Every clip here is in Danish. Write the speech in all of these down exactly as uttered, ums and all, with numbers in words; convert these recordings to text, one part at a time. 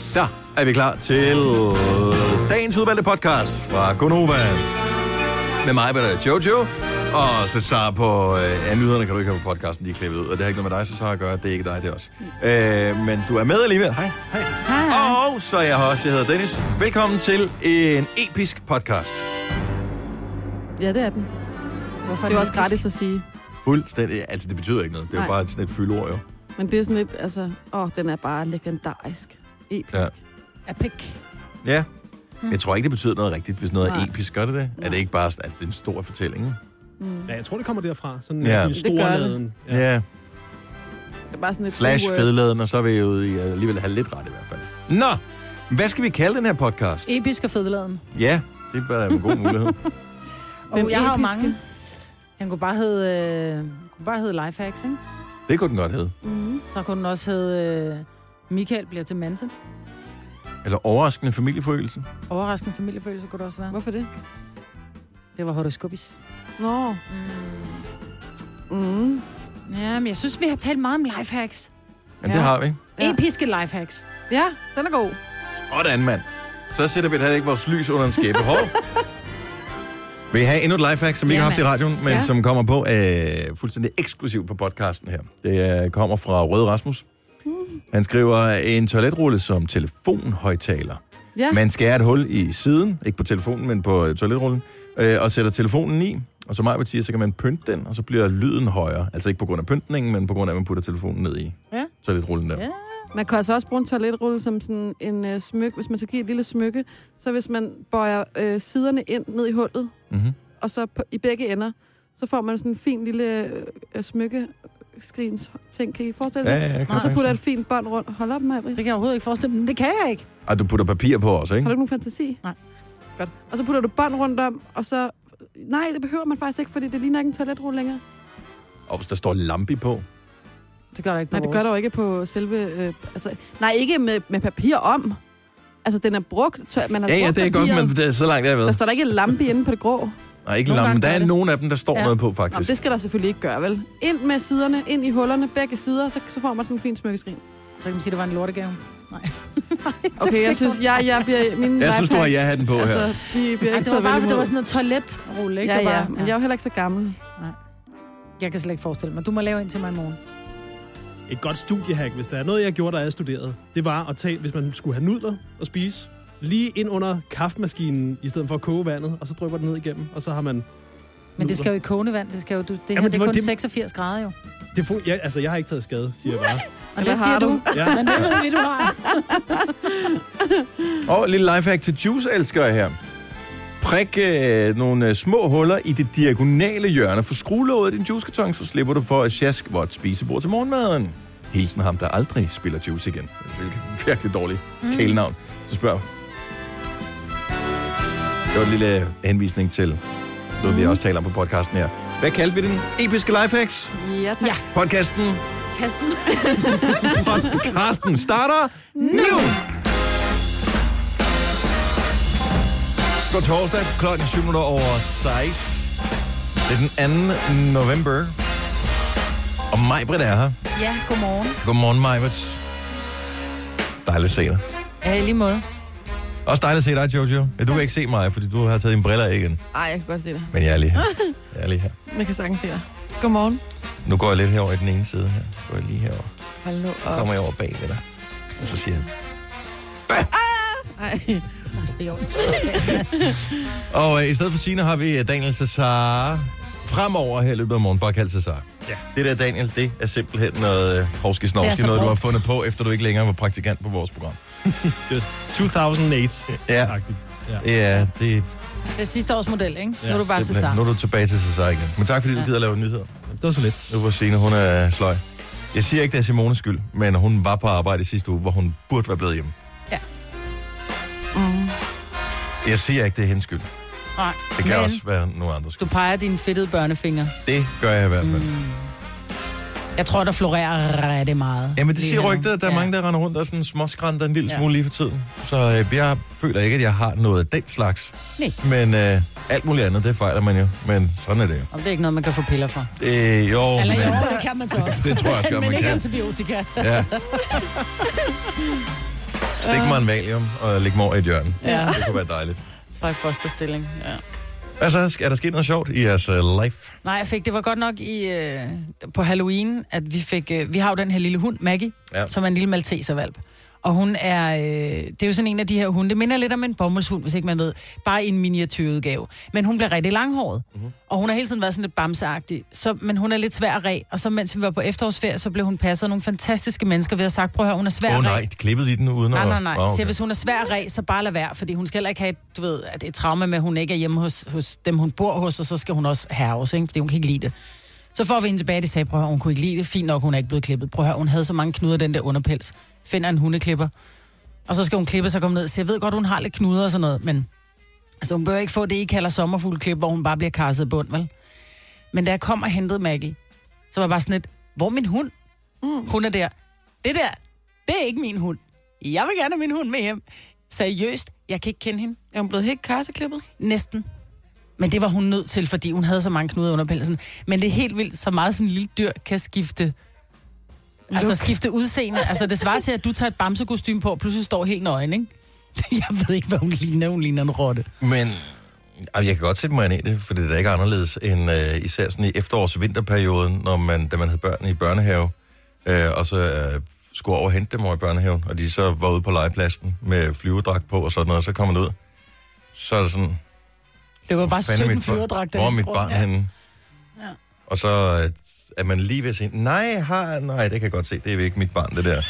Så er vi klar til dagens udvalgte podcast fra Gonova. Med mig, der er Jojo, og Cesar på øh, nyhederne kan du ikke have på podcasten, de er klippet ud. Og det har ikke noget med dig, Cesar, at gøre. Det er ikke dig, det er også. Øh, men du er med alligevel. Hej. Hej. Hej. Og så er jeg her også. Jeg hedder Dennis. Velkommen til en episk podcast. Ja, det er den. Hvorfor det er også gratis at sige. Fuldstændig. Altså, det betyder ikke noget. Det er jo bare sådan et fyldord, jo. Men det er sådan lidt, altså... Åh, den er bare legendarisk. Episk. Ja. Epic. Ja. Jeg tror ikke, det betyder noget rigtigt, hvis noget Nej. er episk. Gør det det? Nej. Er det ikke bare... Altså, det er en stor fortælling. Mm. Ja, jeg tror, det kommer derfra. Sådan Ja. ja. en Det stor gør det. laden. Ja. ja. Det er bare sådan et... Slash keyword. fedladen, og så er vi jo i alligevel have lidt ret i hvert fald. Nå, hvad skal vi kalde den her podcast? Episk og fedladen. Ja, det er en god mulighed. Og Den jeg har jo episke. mange. Han kunne bare hedde, øh, kunne bare hedde Lifehacks, ikke? Det kunne den godt hedde. Mm. Så kunne den også hedde øh, Michael bliver til Manse. Eller overraskende familieforøgelse. Overraskende familiefølelse kunne det også være. Hvorfor det? Det var horoskopis. Nå. Mm. Mm. Ja, men jeg synes, vi har talt meget om lifehacks. Ja, Ja. det har vi. Ja. Episke lifehacks. Ja, den er god. Sådan, mand. Så sætter vi da ikke vores lys under en skæbe. Hov. Vil I have endnu et lifehack, som vi ikke har haft i radioen, men Ja. som kommer på øh, fuldstændig eksklusivt på podcasten her. Det øh, kommer fra Røde Rasmus. Han skriver, en toiletrulle som telefonhøjtaler. Ja. Man skærer et hul i siden, ikke på telefonen, men på toiletrullen, øh, og sætter telefonen i, og som mig siger, så kan man pynte den, og så bliver lyden højere. Altså ikke på grund af pyntningen, men på grund af, at man putter telefonen ned i Ja. toiletrullen der. Ja. Man kan altså også bruge en toiletrulle som sådan en øh, smykke, hvis man skal give et lille smykke. Så hvis man bøjer øh, siderne ind ned i hullet, Mm-hmm. og så på, i begge ender, så får man sådan en fin lille øh, smykke skrins ting. Kan I forestille Ja, jer? ja, jeg kan Og så sagtens putter jeg se. et fint bånd rundt. Hold op, Maja. Det kan jeg overhovedet ikke forestille mig, men det kan jeg ikke. Og du putter papir på også, Har ikke? du ikke nogen fantasi? Nej. Godt. Og så putter du bånd rundt om, og så... Nej, det behøver man faktisk ikke, fordi det ligner ikke en toiletrulle længere. Og hvis der står lampe på. Det gør der ikke på Nej, det vores. gør der jo ikke på selve... Øh, altså, nej, ikke med, med papir om. Altså, den er brugt... Tør, man har Ja, ja, brugt det er godt, papiret. men det er så langt, jeg ved. Der står der ikke en lampe inde på det grå. Nej, ikke Nogle lampe, men gange der gør er det. nogen af dem, der står Ja. noget på, Nå, faktisk. det skal der selvfølgelig ikke gøre, vel? Ind med siderne, ind i hullerne, begge sider, så, så får man sådan en fin smykkeskrin. Så kan man sige, at det var en lortegave. Nej. Okay, jeg synes, jeg, jeg bliver... Mine Jeg synes, du har lifehacks, ja-hatten på her. Altså, de bliver Ej, ikke det var bare, taget fordi det var vel sådan noget toiletrulle, ikke? Ja, Det var ja, bare, men jeg er jo heller ikke så gammel. Jeg kan slet ikke forestille mig. Du må lave en til mig i morgen. Et godt studiehack, hvis der er noget, jeg gjorde, da jeg studerede, det var at tage, hvis man skulle have nudler at spise, lige ind under kaffemaskinen, i stedet for at koge vandet, og så drypper den ned igennem, og så har man Men det skal jo i kogende vand. Det, skal jo, du, det her Jamen, det det er var kun det- seksogfirs grader jo. Det fu- ja, altså, jeg har ikke taget skade, siger jeg bare. Og Eller det siger har du. du? Ja. Men det ved vi, du har. Og et lille lifehack til juice-elskere her. Prik øh, nogle øh, små huller i det diagonale hjørne for skruelåget i din juicekarton, så slipper du for et sjask vådt spisebord til morgenmaden. Hilsen ham, der aldrig spiller juice igen. Det er et virkelig dårligt mm. kælenavn. Så spørg. Det var en lille henvisning til noget, mm. vi også taler om på podcasten her. Hvad kaldte vi den? Episke lifehacks? Ja, tak. Ja. Podcasten. Kasten. Podcasten starter nu! God torsdag, klokken syv minutter over seks. Det er den anden november. Og Maj-Brit er her. Ja, godmorgen. Godmorgen, Maj-Brit. Dejligt at se dig. Ja, i lige måde. Også dejligt at se dig, Jojo. Ja, du kan ikke se mig, fordi du har taget dine briller af igen. Ej, jeg kan godt se det. Men jeg er lige her. Jeg er lige her. Jeg kan sagtens se dig. Godmorgen. Nu går jeg lidt herover i den ene side her. Så går jeg lige herover. Hold nu Så op. kommer jeg over bag ved dig. Og så siger jeg... Ej. Jo. Og øh, i stedet for Signe har vi Daniel Cesar fremover her i løbet af morgen. Bare kaldt Cesar. Ja. Det der, Daniel, det er simpelthen noget hovski-snovski, Det er så noget, du har brugt. fundet på, efter du ikke længere var praktikant på vores program. Det er to tusind otte-agtigt. Ja, ja det, Det er sidste års model, ikke? Ja, Nu er du bare simpelthen. Cesar. Nu er du tilbage til Cesar igen. Men tak, fordi du Ja. gider lave nyheder. Det var så lidt. Nu var Signe, hun er sløj. Jeg siger ikke, det er Simones skyld, men hun var på arbejde i sidste uge, hvor hun burde være blevet hjemme. Ja. Mm. Jeg siger ikke, det er hendes skyld. Nej, Det kan men også være nogle andres du skyld. peger dine fedtede børnefinger. Det gør jeg i hvert fald. Mm. Jeg tror, der florerer rigtig meget. Jamen, det lige siger nu. rygtet, at der er Ja. mange, der render rundt og er sådan småskrænter en lille Ja. smule lige for tiden. Så øh, jeg føler ikke, at jeg har noget af den slags. Nej. Men øh, alt muligt andet, det fejler man jo. Men sådan er det jo. Og det er ikke noget, man kan få piller for. Øh, jo, Eller men... jo, det kan man så også. Det tror jeg også godt, Men man ikke kan. antibiotika. Ja. Stik mig en valium og læg mig over i et hjørne. Ja. Det kunne være dejligt. Fra i fosterstilling, ja. Altså, er der sket noget sjovt i jeres uh, life? Nej, jeg fik, det var godt nok i, øh, på Halloween, at vi fik, øh, vi har jo den her lille hund, Maggie, Ja. som er en lille malteservalp. Og hun er, øh, det er jo sådan en af de her hunde, det minder lidt om en bomuldshund, hvis ikke man ved, bare i en miniatyrudgave. Men hun bliver rigtig langhåret, mm-hmm. og hun har hele tiden været sådan lidt bamseagtig, så, men hun er lidt svær at ræ. Og så mens vi var på efterårsferie, så blev hun passet af nogle fantastiske mennesker ved at sagt, prøv at høre, hun er svær Åh at oh, ræ. nej, de klippede i den uden Nej, at... nej, nej. Oh, okay. Så hvis hun er svær at ræ, så bare lad være, fordi hun skal heller ikke have, du ved, at det er et traume med, at hun ikke er hjemme hos, hos dem, hun bor hos, og så skal hun også herves, ikke? Fordi hun kan ikke lide det. Så får vi hende tilbage, de sagde, prøv at høre, hun kunne ikke lide det. Fint nok, hun er ikke blevet klippet. Prøv at høre, hun havde så mange knuder, den der underpels. Finder en hundeklipper. Og så skal hun klippe sig og komme ned. Så jeg ved godt, hun har lidt knuder og sådan noget, men altså, hun bør ikke få det, I kalder sommerfuglklip, hvor hun bare bliver kasset i bund, vel? Men da jeg kom og hentede Maggie, så var jeg bare sådan lidt, hvor er min hund? Mm. Hun er der. Det der, det er ikke min hund. Jeg vil gerne have min hund med hjem. Seriøst, jeg kan ikke kende hende. Er hun blevet helt karseklippet? Næsten. Men det var hun nødt til, fordi hun havde så mange knuder under pelsen. Men det er helt vildt, så meget sådan en lille dyr kan skifte... Altså skifte udseende. Altså det svarer til, at du tager et bamsekostyme på, og pludselig står helt nøgen, ikke? Jeg ved ikke, hvad hun ligner. Hun ligner en rotte. Men jeg kan godt sætte mig ind i det, for det er ikke anderledes end uh, især sådan i efterårs-vinterperioden, når man, da man havde børn i børnehave, uh, og så uh, skulle over og hente dem over i børnehaven, og de så var ude på legepladsen med flyverdragt på og sådan noget, og så kommer man ud. Så er det sådan... Det var bare sytten sytten flyverdragter. Hvor er mit barn ja. henne? Ja. Og så uh, er man lige ved at sige, nej, har, nej, det kan jeg godt se, det er ikke mit barn, det der.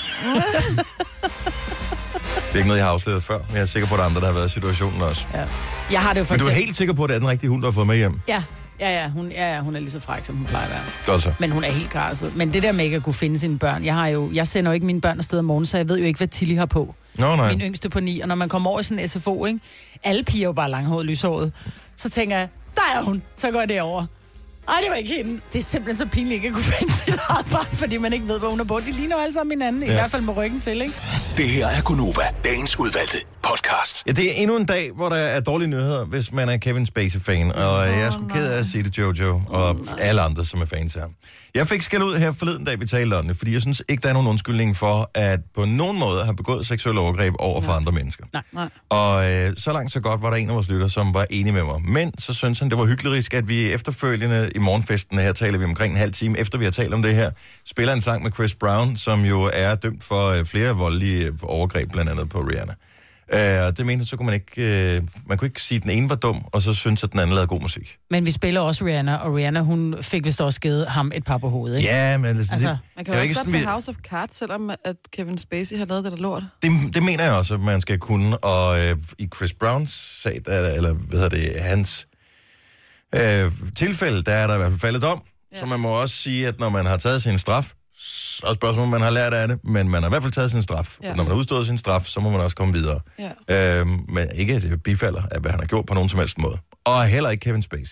Det er ikke noget, jeg har afsløret før, men jeg er sikker på, at der er andre, der har været i situationen også. Ja. Jeg har det jo for Men du er eksempel... helt sikker på, at det er den rigtige hund, du har fået med hjem? Ja, ja, ja, hun, ja, ja, hun er lige så fræk, som hun plejer at være. Godt så. Men hun er helt karset. Men det der med ikke at kunne finde sine børn, jeg har jo, jeg sender jo ikke mine børn afsted om morgenen, så jeg ved jo ikke, hvad Tilly har på. Nå, nej. Min yngste på ni, og når man kommer over i sådan en S F O, ikke? Alle piger er jo bare langhåret, lyshåret. Så tænker jeg, der er hun, så går jeg derover. Ej, det var ikke hende. Det er simpelthen så pinligt ikke at kunne finde sit eget barn, fordi man ikke ved, hvor hun er på. De ligner jo alle sammen hinanden, ja. I hvert fald med ryggen til, ikke? Det her er Gonova, dagens udvalgte podcast. Ja, det er endnu en dag, hvor der er dårlige nyheder, hvis man er Kevin Spacey-fan. Og oh, jeg er sgu ked af at sige det, Jojo, og oh, alle andre, som er fans her. Jeg fik skæld ud her forleden dag, vi talte om det, fordi jeg synes ikke, der er nogen undskyldning for, at på nogen måde har begået seksuelle overgreb over for andre mennesker. Nej, nej. Og øh, så langt så godt var der en af vores lytter, som var enig med mig. Men så synes han, det var hyklerisk, at vi efterfølgende i morgenfesten, her taler vi omkring en halv time, efter vi har talt om det her, spiller en sang med Chris Brown, som jo er dømt for øh, flere voldelige overgreb, blandt andet på Rihanna. Øh, og det mente så kunne man ikke, øh, man kunne ikke sige, at den ene var dum, og så synes at den anden lavede god musik. Men vi spiller også Rihanna, og Rihanna, hun fik vist også givet ham et par på hovedet, ikke? Ja, men altså, Altså, det, Man kan det jo er også ikke godt sådan, se vi, House of Cards, selvom at Kevin Spacey har lavet det der lort. det, det mener jeg også, at man skal kunne. Og øh, i Chris Browns sag, der, eller hvad hedder det, hans øh, tilfælde, der er der i hvert fald faldet dom. Ja. Så man må også sige, at når man har taget sin straf, så er spørgsmålet, om man har lært af det, men man har i hvert fald taget sin straf. Ja. Når man har udstået sin straf, så må man også komme videre. Ja. Øhm, men ikke at det bifalder af, hvad han har gjort på nogen som helst måde. Og heller ikke Kevin Spacey.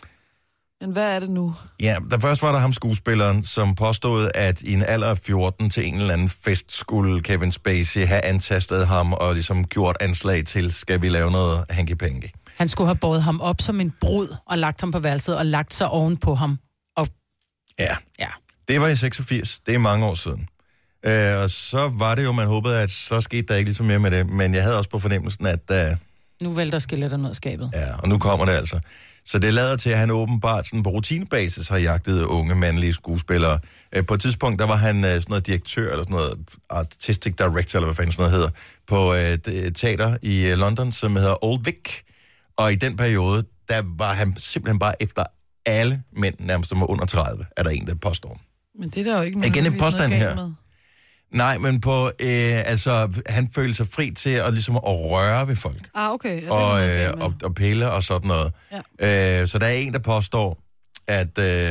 Men hvad er det nu? Ja, der først var der ham skuespilleren, som påstod, at i en alder af fjorten til en eller anden fest skulle Kevin Spacey have antastet ham og ligesom gjort anslag til, skal vi lave noget hanky-panky. Han skulle have båret ham op som en brud og lagt ham på værelset og lagt sig oven på ham. Og... Ja. Ja. Det var i seksogfirs. Det er mange år siden. Øh, og så var det jo, man håbede, at så skete der ikke ligesom mere med det. Men jeg havde også på fornemmelsen, at... Uh, nu vælter skeletter ned af skabet. Ja, og nu kommer det altså. Så det lader til, at han åbenbart sådan på rutinebasis har jagtet unge mandlige skuespillere. Øh, på et tidspunkt, der var han øh, sådan noget direktør, eller sådan noget artistic director, eller hvad fanden sådan noget hedder, på øh, et teater i øh, London, som hedder Old Vic. Og i den periode, der var han simpelthen bare efter alle mænd, nærmest som var under tredive, er der en, der påstår. Men det er der jo ikke noget, igen en påstand her. med. Nej, men på, øh, altså, han følte sig fri til at, ligesom, at røre ved folk. Ah, okay. Ja, Og, øh, og, og pille og sådan noget. Ja. Øh, så der er en, der påstår, at øh,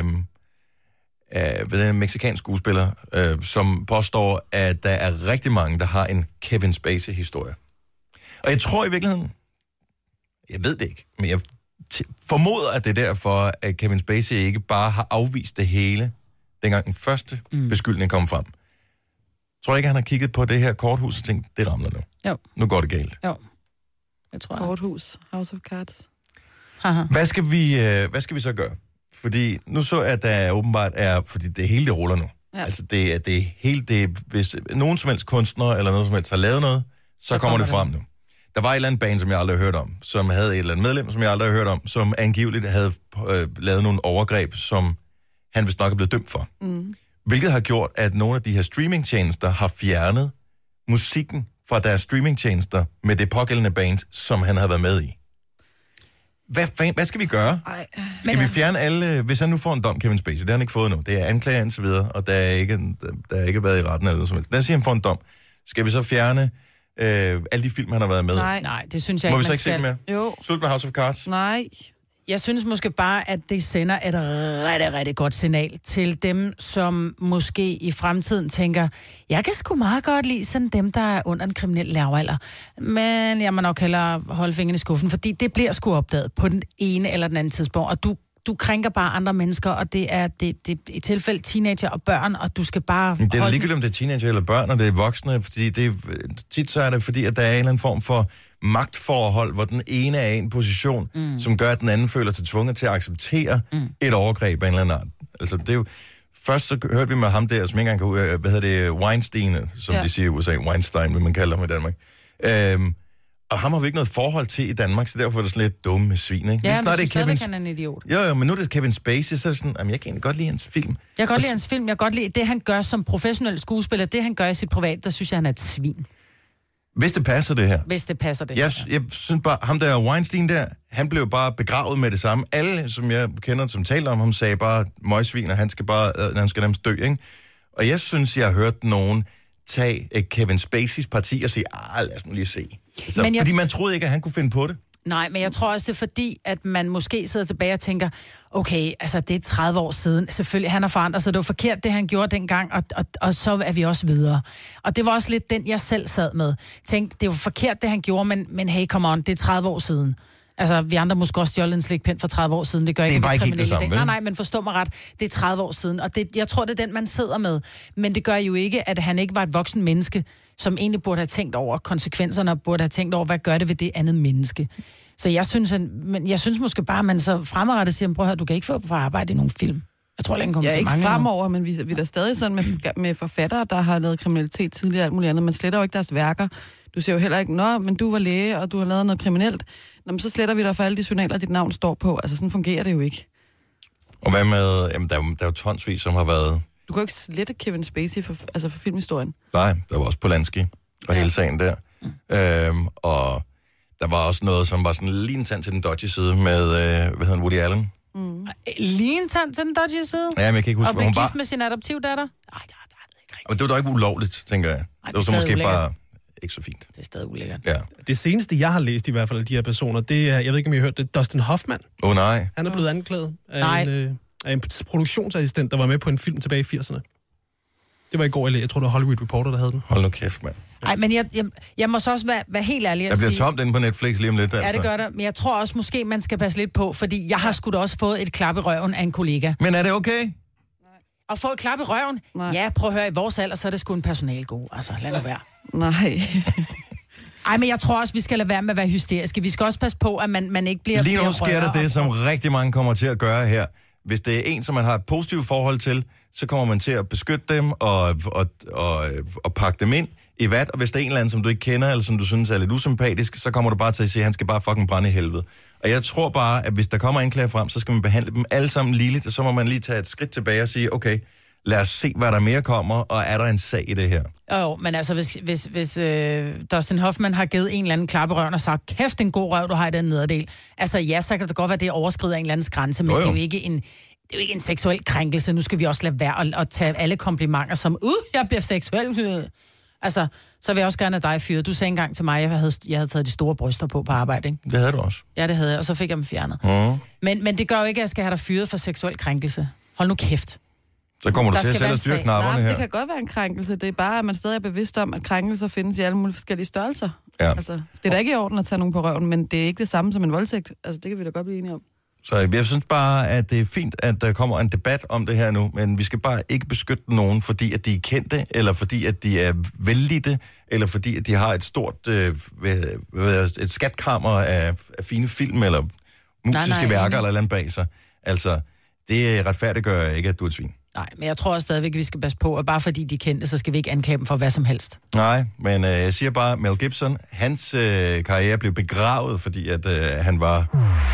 øh, ved en mexikansk skuespiller, øh, som påstår, at der er rigtig mange, der har en Kevin Spacey-historie. Og jeg tror i virkeligheden, jeg ved det ikke, men jeg formoder, at det er derfor, at Kevin Spacey ikke bare har afvist det hele, dengang den første mm. beskyldning kom frem. Tror jeg ikke, han har kigget på det her korthus og tænkt, det ramler nu. Jo. Nu går det galt. Jo, jeg tror jeg. Korthus, House of Cards. Hvad skal vi, øh, hvad skal vi så gøre? Fordi nu så at der åbenbart er, fordi det hele det ruller nu. Ja. Altså det er det hele det, hvis nogen som helst kunstner eller noget som helst har lavet noget, så, så kommer det frem nu. Der var et eller andet band, som jeg aldrig har hørt om, som havde et eller andet medlem, som jeg aldrig har hørt om, som angiveligt havde øh, lavet nogle overgreb, som han vist nok er blevet dømt for. Mm. Hvilket har gjort, at nogle af de her streamingtjenester har fjernet musikken fra deres streamingtjenester med det pågældende band, som han har været med i. Hvad, hvad skal vi gøre? Ej, skal vi fjerne alle... Hvis han nu får en dom, Kevin Spacey, det har han ikke fået nu. Det er anklager og så videre, og der er ikke, der er ikke været i retten eller noget som helst. Lad os sige, han får en dom. Skal vi så fjerne øh, alle de film, han har været med? Nej, nej, det synes jeg Må ikke, vi så ikke se dem mere? Jo. Slut med House of Cards? Nej. Jeg synes måske bare, at det sender et rigtig, rigtig godt signal til dem, som måske i fremtiden tænker, jeg kan sgu meget godt lide sådan dem, der er under en kriminel lavalder. Men jeg må nok hellere holde fingrene i skuffen, fordi det bliver sgu opdaget på den ene eller den anden tidspunkt. Og du, du krænker bare andre mennesker, og det er det, det, i tilfælde teenager og børn, og du skal bare... Det er da ligegyldigt, om det er teenager eller børn, og det er voksne, fordi det er, tit så er det, fordi at der er en eller anden form for magtforhold, hvor den ene er i en position, mm. som gør, at den anden føler sig tvunget til at acceptere mm. et overgreb af en eller anden art. Altså, det er jo... Først så hørte vi med ham der, som ikke engang kan... Hvad hedder det? Weinstein, som ja. de siger i U S A. Weinstein, vil man kalde ham i Danmark. Øhm, og ham har vi ikke noget forhold til i Danmark, så derfor er det sådan lidt dumme svin, ikke? Ja, men det du Kevin... han er en idiot. Jo, jo, men nu er det Kevin Spacey, så er det sådan, jamen, jeg kan egentlig godt lide hans film. Jeg kan godt lide hans film, jeg kan godt lide det, han gør som professionel skuespiller, det han gør i sit privat, der synes jeg, han er et svin. Hvis det passer det her. Hvis det passer det jeg, jeg synes bare, ham der Weinstein der, han blev bare begravet med det samme. Alle, som jeg kender, som talte om ham, sagde bare møgsvin, og han skal bare, han skal nærmest dø, ikke? Og jeg synes, jeg har hørt nogen tage Kevin Spaceys parti og sige, ah, lad os nu lige se. Altså, jeg... Fordi man troede ikke, at han kunne finde på det. Nej, men jeg tror også, det er fordi, at man måske sidder tilbage og tænker, okay, altså det er tredive år siden, selvfølgelig, han har forandret sig, det var forkert, det han gjorde dengang, og, og, og så er vi også videre. Og det var også lidt den, jeg selv sad med. Tænkte, det var forkert, det han gjorde, men, men hey, come on, det er tredive år siden. Altså, vi andre måske også stjålet en slikpind for tredive år siden, det gør ikke, det er ikke helt det samme, nej, nej, men forstå mig ret, det er tredive år siden, og det, jeg tror, det er den, man sidder med. Men det gør jo ikke, at han ikke var et voksen menneske, som egentlig burde have tænkt over konsekvenserne, og burde have tænkt over, hvad gør det ved det andet menneske. Så jeg synes, men jeg synes måske bare, at man så fremadrettet siger, prøv at høre, du kan ikke få på arbejde i nogle film. Jeg tror, den kommer ja, til mange. Ja, ikke fremover, men vi, vi er der stadig sådan med, med forfattere, der har lavet kriminalitet tidligere og alt muligt andet. Man sletter jo ikke deres værker. Du siger jo heller ikke, nå, men du var læge, og du har lavet noget kriminelt. Nå, men så sletter vi dig for alle de journaler, dit navn står på. Altså, sådan fungerer det jo ikke. Og hvad med, jamen, der, der er jo tonsvis, som har været... Du kan jo ikke slette Kevin Spacey for, altså for filmhistorien. Nej, der var også Polanski og ja. hele sagen der. Mm. Øhm, og der var også noget, som var sådan lige en tand til den dodgy side med, øh, hvad hedder han, Woody Allen. Mm. Lige en tand til den dodgy side? Ja, men jeg kan ikke huske, og blev gift bare... med sin adoptivdatter? Nej, det er ikke rigtigt. Og det var da ikke ulovligt, tænker jeg. Ej, det, det var så måske ulækkert. Bare ikke så fint. Det er stadig ulækkert. Ja. Det seneste, jeg har læst i hvert fald af de her personer, det er, jeg ved ikke, om I har hørt det, Dustin Hoffman. Åh oh, nej. Han er blevet anklaget af en, øh, af en produktionsassistent, der var med på en film tilbage i firserne. Det var i går, jeg tror, det var Hollywood Reporter, der havde den. Hold nu kæft, mand. Nej, men jeg, jeg, jeg må så også være, være helt ærlig at sige... Jeg bliver tomt inde på Netflix lige om lidt, altså. Ja, det gør det. Men jeg tror også, måske man skal passe lidt på, fordi jeg har sgu da også fået et klap i røven af en kollega. Men er det okay? Nej. At få et klap i røven? Nej. Ja, prøv at høre, i vores alder, så er det sgu en personalgod. Altså, lad nu være. Nej. Ej, men jeg tror også, vi skal lade være med at være hysteriske. Vi skal også passe på, at man, man ikke bliver... Lige nu sker der det, som rigtig mange kommer til at gøre her. Hvis det er en, som man har et positivt forhold til, så kommer man til at beskytte dem og, og, og, og pakke dem ind i vat. Og hvis der er en eller anden, som du ikke kender, eller som du synes er lidt usympatisk, så kommer du bare til at sige, at han skal bare fucking brænde i helvede. Og jeg tror bare, at hvis der kommer anklager frem, så skal man behandle dem alle sammen ligeligt, og så må man lige tage et skridt tilbage og sige, okay, lad os se, hvad der mere kommer, og er der en sag i det her? Jo, jo, men altså, hvis, hvis, hvis øh, Dustin Hoffman har givet en eller anden klap i røven og sagt, kæft, en god røv, du har i den nederdel. Altså, ja, så kan det godt være, det overskrider en eller andens grænse, men jo, jo. det er jo ikke en... Det er jo ikke en seksuel krænkelse. Nu skal vi også lade være at, at tage alle komplimenter som, uh, jeg bliver seksuel. Altså, så vil jeg også gerne have dig fyret. Du sagde engang til mig, at jeg havde, jeg havde taget de store bryster på på arbejde, ikke? Det havde du også. Ja, det havde jeg, og så fik jeg dem fjernet. Uh-huh. Men, men det gør jo ikke, at jeg skal have dig fyret for seksuel krænkelse. Hold nu kæft. Så kommer du der til at selv at styre knapperne her. Det kan godt være en krænkelse. Det er bare, at man stadig er bevidst om, at krænkelser findes i alle mulige forskellige størrelser. Ja. Altså, det er da ikke i orden at tage nogen på røven, men det er ikke det samme som en voldtægt. Altså, det kan vi da godt blive enige om. Så jeg synes bare, at det er fint, at der kommer en debat om det her nu, men vi skal bare ikke beskytte nogen, fordi at de er kendte, eller fordi at de er vældige, eller fordi at de har et stort øh, et skatkammer af, af fine film, eller musiske nej, nej, værker, eller eller andet bag sig. Altså, det retfærdiggør ikke, at du er et svin. Nej, men jeg tror også stadigvæk, at vi skal passe på, at bare fordi de er kendte, så skal vi ikke anklage dem for hvad som helst. Nej, men øh, jeg siger bare, Mel Gibson, hans øh, karriere blev begravet, fordi at øh, han var...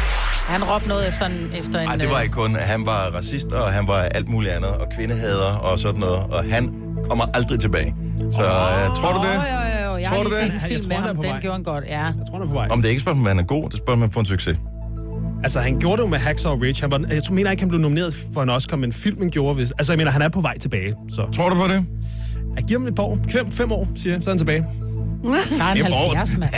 Han råbte noget efter en... Efter en Nej, det var ikke kun, han var racist, og han var alt muligt andet, og kvindehader og sådan noget, og han kommer aldrig tilbage. Så øh, tror du det? Jo, jo, jo. Jeg tror har du lige det? set en film med ham, den gjorde han godt, ja. Jeg tror, han er på vej. Om det ikke spørgsmål, om han er god, det spørgsmål, om han får en succes. Altså, han gjorde det jo med Hacksaw Ridge. Han var, jeg tror, mener ikke, han blev nomineret for en Oscar, men filmen gjorde hvis. Altså, jeg mener, han er på vej tilbage. Så. Tror du på det? Jeg giver ham et par år. Fem, fem år, siger jeg. Så er han tilbage. Der er en halvfjerds, mand.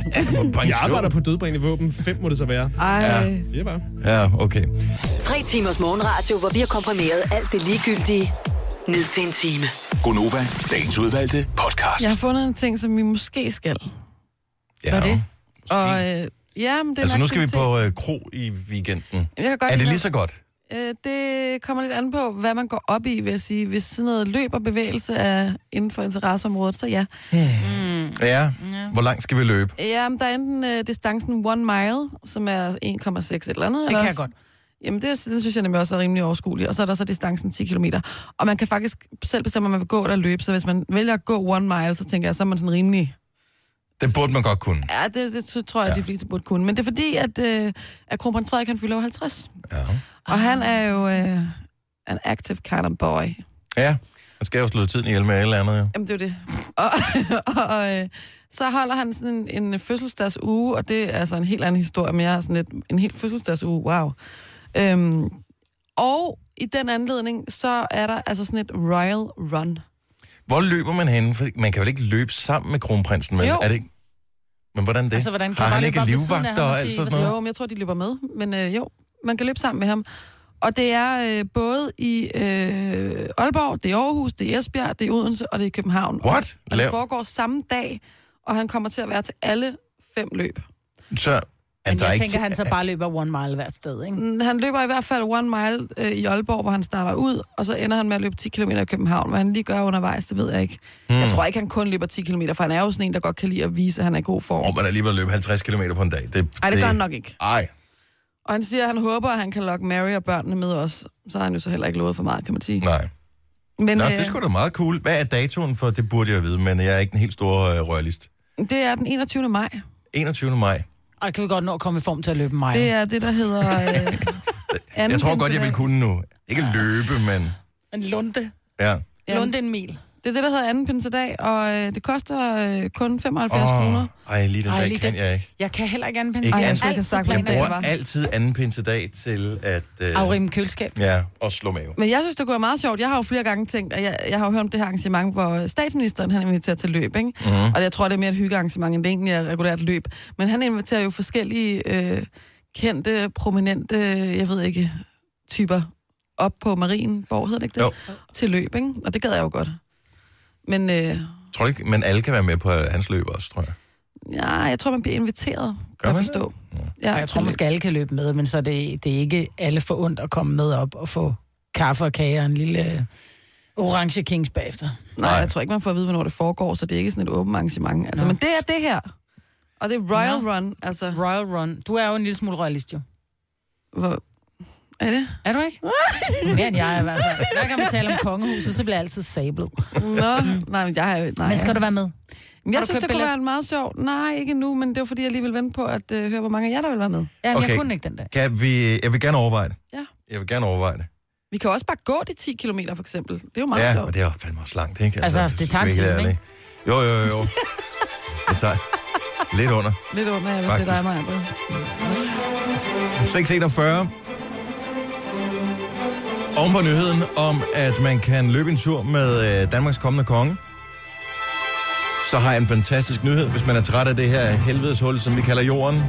Jeg arbejder på dødbringende våben. Fem må det så være. Ej. Ja. Siger jeg bare. Ja, okay. Tre timers morgenradio, hvor vi har komprimeret alt det ligegyldige ned til en time. Gonova, dagens udvalgte podcast. Jeg har fundet en ting, som vi måske skal. Ja, Hvad er det? Og, øh, ja, men det er altså, en nu skal vi aktivitet. på øh, kro i weekenden. Jeg kan godt Er det lide lige så godt? Øh, det kommer lidt an på, hvad man går op i, vil jeg sige. Hvis sådan noget løb og bevægelse er inden for interesseområdet, så ja. Hmm. Ja. Hvor langt skal vi løbe? Ja, men der er enten øh, distancen one mile, som er en komma seks et eller andet. Det eller kan jeg også- godt. Jamen, det, det synes jeg nemlig også er rimelig overskueligt. Og så er der så distancen ti kilometer. Og man kan faktisk selv bestemme, om man vil gå eller løbe. Så hvis man vælger at gå one mile, så tænker jeg, så er man sådan rimelig... Det burde man godt kunne. Ja, det, det tror jeg, at de fleste burde kunne. Men det er fordi, at, øh, at kronprins Frederik, han fylder over halvtreds. Ja. Og han er jo øh, an active kind of boy. Ja, man skal jo slå tiden ihjel med et eller andet, jo. Jamen, det er jo det. Og, og øh, så holder han sådan en, en fødselsdagsuge, og det er altså en helt anden historie, men jeg har sådan et, en helt fødselsdagsuge, wow. Øhm, og i den anledning, så er der altså sådan et royal run. Hvor løber man henne? For man kan vel ikke løbe sammen med kronprinsen, vel? Jo. Er det ikke? Men hvordan det? Altså, hvordan kan Har du han bare ikke løbe op ved siden af livvagter ham og og alt sige, sådan hvad noget? Jo, men jeg tror, de løber med. Men øh, jo, man kan løbe sammen med ham. Og det er øh, både i øh, Aalborg, det er Aarhus, det er Esbjerg, det er Odense og det er København. What? Og Lav. det foregår samme dag, og han kommer til at være til alle fem løb. Så... Men der er jeg ikke tænker, ti- han så bare løber one mile hvert sted, ikke? Mm, Han løber i hvert fald one mile øh, i Aalborg, hvor han starter ud, og så ender han med at løbe ti kilometer i København. Hvad han lige gør undervejs, det ved jeg ikke. Hmm. Jeg tror ikke, han kun løber ti kilometer, for han er jo sådan en, der godt kan lide at vise, at han er i god form. Åh, man alligevel løbe halvtreds kilometer på en dag. Det, Nej, det gør han nok ikke. Ej. Og han siger, at han håber, at han kan lokke Mary og børnene med os. Så har han jo så heller ikke lovet for meget, kan man sige. Nej. Men Nå, øh, det er sgu da meget cool. Hvad er datoen for? Det burde jeg vide, men jeg er ikke en helt stor øh, royalist. det er den enogtyvende maj. enogtyvende maj. Og kan vi godt nå at komme i form til at løbe mig. Det er det, der hedder... Øh, Jeg tror godt, jeg vil kunne nu. Ikke løbe, men... En lunde. Ja. Ja, Lunde en mil. det er det, der hedder anden pinsedag, og øh, det koster øh, kun femoghalvfjerds Åh, kroner. ej, lige den Ej, dag lige kan den- jeg ikke. Jeg kan heller ikke anden pinde. Ikke Ej, jeg anden- skulle ikke have sagt, Jeg hvilken dag det bruger var. altid anden pinsedag til at... Øh, Afrime køleskab. ja, og slå mave. Men jeg synes, det kunne være meget sjovt. Jeg har jo flere gange tænkt, og jeg, jeg har jo hørt om det her arrangement, hvor statsministeren han inviterer til løb, ikke? Mhm. Og jeg tror, det er mere et hyggearrangement, end det egentlig er regulært løb. Men han inviterer jo forskellige øh, kendte, prominente, jeg ved ikke, typer op på Marienborg, hedder det ikke det? Jo. Til løb, ikke? Og det gad jeg jo godt. Men øh, Tror du ikke, men alle kan være med på hans løb også, tror jeg. ja, jeg tror, man bliver inviteret, kan jeg man forstå. Ja, jeg tror til måske, alle kan løbe med, men så er det, det er ikke alle for ondt at komme med op og få kaffe og kage og en lille øh, orange kings bagefter. løb. Nej, jeg tror ikke, man får at vide, hvornår det foregår, så det er ikke sådan et åbent arrangement. Altså, Nå. men det er det her. Og det er Royal Nå. Run, altså... Royal Run. Du er jo en lille smule royalist, jo. Hvor, er det? Er du ikke? Mere end jeg er i hvert fald. Hver gang vi taler om kongehuset, så bliver jeg altid sablet. Nå, nej, men jeg har jo... Nej, Men skal du være med? Men Har jeg du synes, købt det kunne billet? være meget sjovt. Nej, ikke nu, men det var fordi, jeg lige ville vente på at øh, høre, hvor mange af jer, der vil være med. Jamen, Okay. jeg kunne ikke den dag. Kan vi... Jeg vil gerne overveje det. Ja. Jeg vil gerne overveje det. Vi kan også bare gå de ti kilometer, for eksempel. Det er jo meget Ja, sjovt. men det er jo fandme også langt, ikke? Altså, det tager en helt time, ærligt. ikke? Jo, jo, jo, jo. Det tager lidt under. Lidt under, jeg vil til Faktisk. dig, Maja. seks enogfyrre. Oven på nyheden om, at man kan løbe en tur med øh, Danmarks kommende konge, så har jeg en fantastisk nyhed, hvis man er træt af det her helvedeshul, som vi kalder jorden.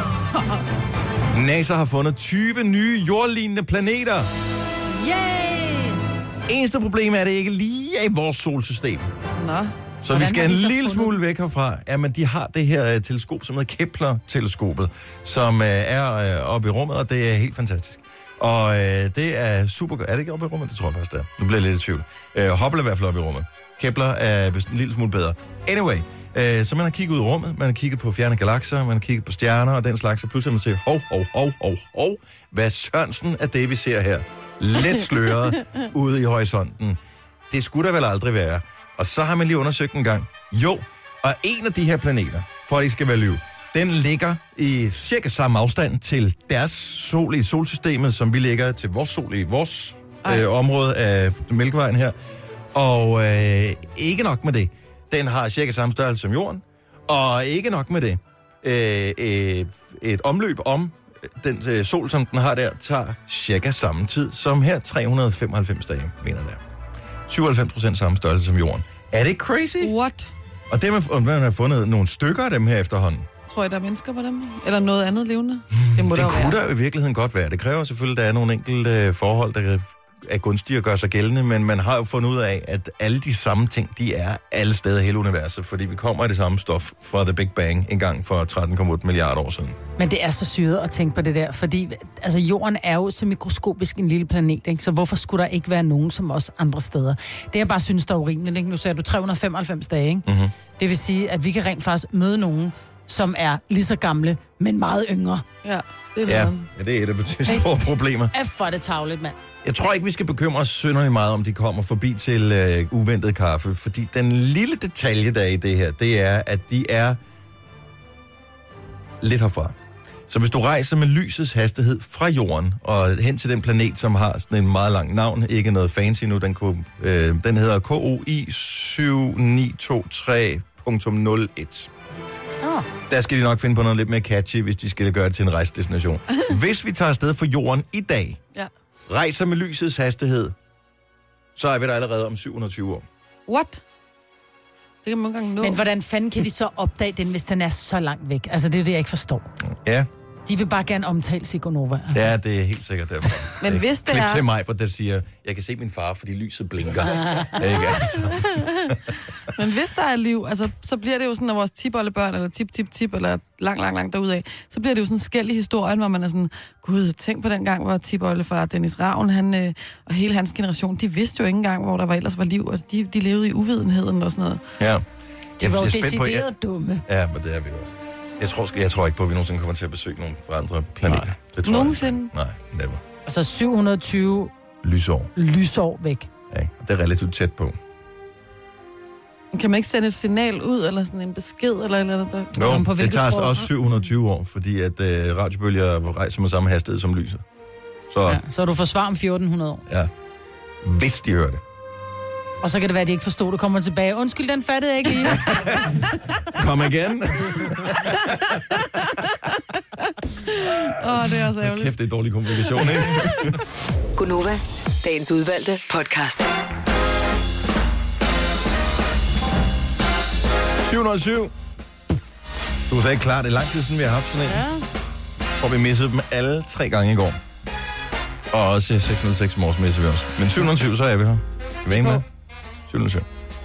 NASA har fundet tyve nye jordlignende planeter. Yay! Eneste problem er, at det ikke lige er i vores solsystem. Nå. Så Hvordan vi skal har en de så lille fundet smule væk herfra. Jamen, de har det her uh, teleskop, som hedder Kepler-teleskopet, som uh, er uh, oppe i rummet, og det er helt fantastisk. Og uh, det er super godt. Er det ikke oppe i rummet? Det tror jeg faktisk, det er. Nu bliver jeg lidt i tvivl. Uh, Hubble er i hvert fald oppe i rummet. Kepler er vist en lille smule bedre. Anyway, uh, så man har kigget ud i rummet, man har kigget på fjerne galakser, man har kigget på stjerner og den slags, og pludselig har man siger, hov, hov, hov, hov, hov, hvad Sørensen er det, vi ser her? let sløret ude i horisonten. Det skulle der vel aldrig være. Og så har man lige undersøgt en gang. Jo, og en af de her planeter, for at det skal være liv, den ligger i cirka samme afstand til deres sol i solsystemet, som vi ligger til vores sol i vores øh, område af Mælkevejen her. Og øh, ikke nok med det. Den har cirka samme størrelse som jorden. Og ikke nok med det. Øh, et, et omløb om den øh, sol, som den har der, tager cirka samme tid som her. tre hundrede og femoghalvfems dage, mener det. syvoghalvfems procent samme størrelse som jorden. Er det crazy? What? Og dem, og man har fundet nogle stykker af dem her efterhånden. Tror I, der er mennesker på dem? Eller noget andet levende? Det må Det der kunne være. der jo i virkeligheden godt være. Det kræver selvfølgelig, at der er nogle enkelte forhold, der er gunstige at gøre sig gældende, men man har jo fundet ud af, at alle de samme ting, de er alle steder i hele universet, fordi vi kommer af det samme stof fra The Big Bang en gang for tretten komma otte milliarder år siden. Men det er så syret at tænke på det der, fordi altså, jorden er jo så mikroskopisk en lille planet, ikke? Så hvorfor skulle der ikke være nogen som os andre steder? Det jeg bare synes, der er urimeligt, ikke? Nu sagde du tre hundrede og femoghalvfems dage, ikke? Mm-hmm. Det vil sige, at vi kan rent faktisk møde nogen, som er lige så gamle, men meget yngre. Ja, det er Ja, noget. ja, det er et af de store problemer. F for det tavligt, mand. Jeg tror ikke, vi skal bekymre os synderligt meget, om de kommer forbi til øh, uventet kaffe, fordi den lille detalje, der er i det her, det er, at de er lidt herfra. Så hvis du rejser med lysets hastighed fra jorden og hen til den planet, som har sådan en meget lang navn, ikke noget fancy nu, den, kunne, øh, den hedder K O I syv ni to tre punktum nul et. Oh. Der skal de nok finde på noget lidt mere catchy, hvis de skal gøre det til en rejsedestination. Hvis vi tager afsted fra jorden i dag, Ja. rejser med lysets hastighed, så er vi der allerede om syv hundrede og tyve år. What? Det kan man ikke engang nå. Men hvordan fanden kan de så opdage den, hvis den er så langt væk? Altså, det er det, jeg ikke forstår. Ja, De vil bare gerne omtale Sigonova. ja, det er helt sikkert derfor. Men Øh, hvis det klip er- til mig, hvor der siger, jeg kan se min far, fordi lyset blinker. Ikke, altså. Men hvis der er liv, altså, så bliver det jo sådan, at vores tipoldebørn, eller tip-tip-tip, eller lang, lang, lang derudad, så bliver det jo sådan en skæld i historien, hvor man er sådan, gud, tænk på den gang, hvor tipoldefar Dennis Ravn, han, øh, og hele hans generation, de vidste jo ikke engang, hvor der var ellers var liv, og de, de levede i uvidenheden og sådan noget. Ja. De Jeg var jo er spændt på, ja, decideret dumme. ja, men det er vi også. Jeg tror, jeg tror ikke på, at vi nogensinde kommer til at besøge nogen fra andre planeter. Nej. Det tror jeg Nogensinde? ikke. Nej, never. Altså syv hundrede og tyve Lysår. lysår væk. Ja, det er relativt tæt på. Kan man ikke sende et signal ud, eller sådan en besked, eller eller andet, der... Jo, Om på det hvilket tager sprog? også syv hundrede og tyve år, fordi at øh, radiobølger rejser med samme hastighed som lyset. Så Ja, ja. så er du forsvar om fjorten hundrede år. ja, hvis de hører det. Og så kan det være, at de ikke forstod, det kommer tilbage. Undskyld, den fattede jeg ikke lige. Kom igen. Åh, oh, det er også ærgerligt. Kæft, det er dårlig kommunikation, ikke? Gunova, dagens udvalgte podcast. syv nul syv. Du sagde klart, det er lang tid siden, vi har haft sådan en. Ja. Og vi missede dem alle tre gange i går. Og også seks nul seks morges missede vi også. Men syv nul syv, så er vi her. Skal vi være med? syv nul syv.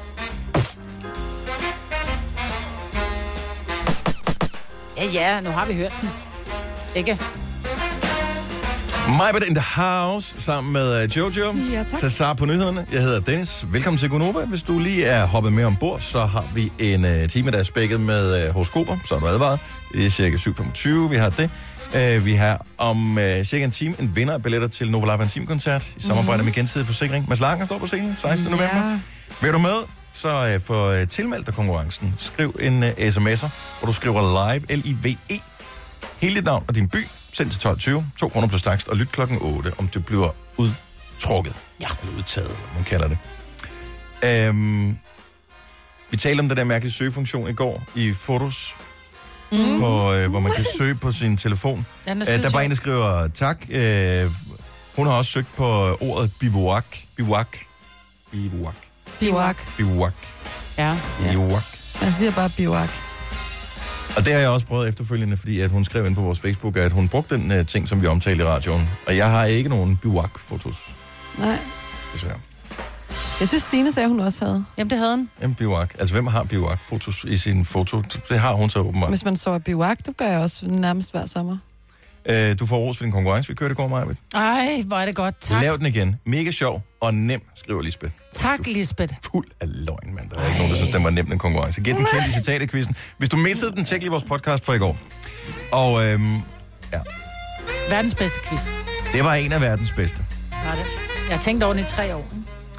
Ja, ja, nu har vi hørt den. Ikke? Majbert in the house, sammen med uh, Jojo. Ja, tak. Cesar på nyhederne. Jeg hedder Dennis. Velkommen til Gunova. Hvis du lige er hoppet med ombord, så har vi en uh, time, der er spækket med uh, horoskoper, så er du advaret. Det er cirka syv femogtyve, vi har det. Uh, vi har om uh, cirka en time en vinder af billetter til Nova Live Team-koncert i samarbejde mm. med Gensidig Forsikring. Mads Langer står på scenen sekstende november. Ja. Vil du med, så uh, få uh, tilmeldt dig konkurrencen. Skriv en uh, sms'er, hvor du skriver live, L I V E, hele dit navn og din by. Send til tolv tyve, to kroner plus takst, og lyt klokken otte, om det bliver udtrukket. Ja, eller udtaget, eller man kalder det. Øhm, vi talte om den der mærkelige søgefunktion i går i Fotos, mm. på, øh, hvor man kan søge på sin telefon. Ja, den er Øh, skide der er bare en, der sjov. skriver tak. Øh, hun har også søgt på ordet bivouac. Bivouac. Bivouac. Biwak. Bivouac. Ja. Bivouac. Jeg siger bare biwak. Og det har jeg også prøvet efterfølgende, fordi at hun skrev ind på vores Facebook, at hun brugte den uh, ting, som vi omtalte i radioen. Og jeg har ikke nogen bivouac-fotos, Nej. desværre. Jeg synes, Signe sagde, hun også havde. Jamen, det havde den. En bivouac. Altså, hvem har bivouac-fotos i sin foto? Det har hun så åbenbart. Hvis man sover biwak, det gør jeg også nærmest hver sommer. Uh, du får ros for din konkurrence, vi kørte i går, Maja. Ej, hvor er det godt. Tak. Lav den igen. Mega sjov og nem, skriver Lisbeth. Tak, Lisbeth. Fuld af løgn, mand. Der er ikke nogen, der synes, den var nem, den konkurrence. Gæt den kendte citat i quizzen. Hvis du missede den, tjek lige vores podcast fra i går. Og øhm, ja, Verdens bedste quiz. det var en af verdens bedste. Var det? Jeg har tænkt over det i tre år.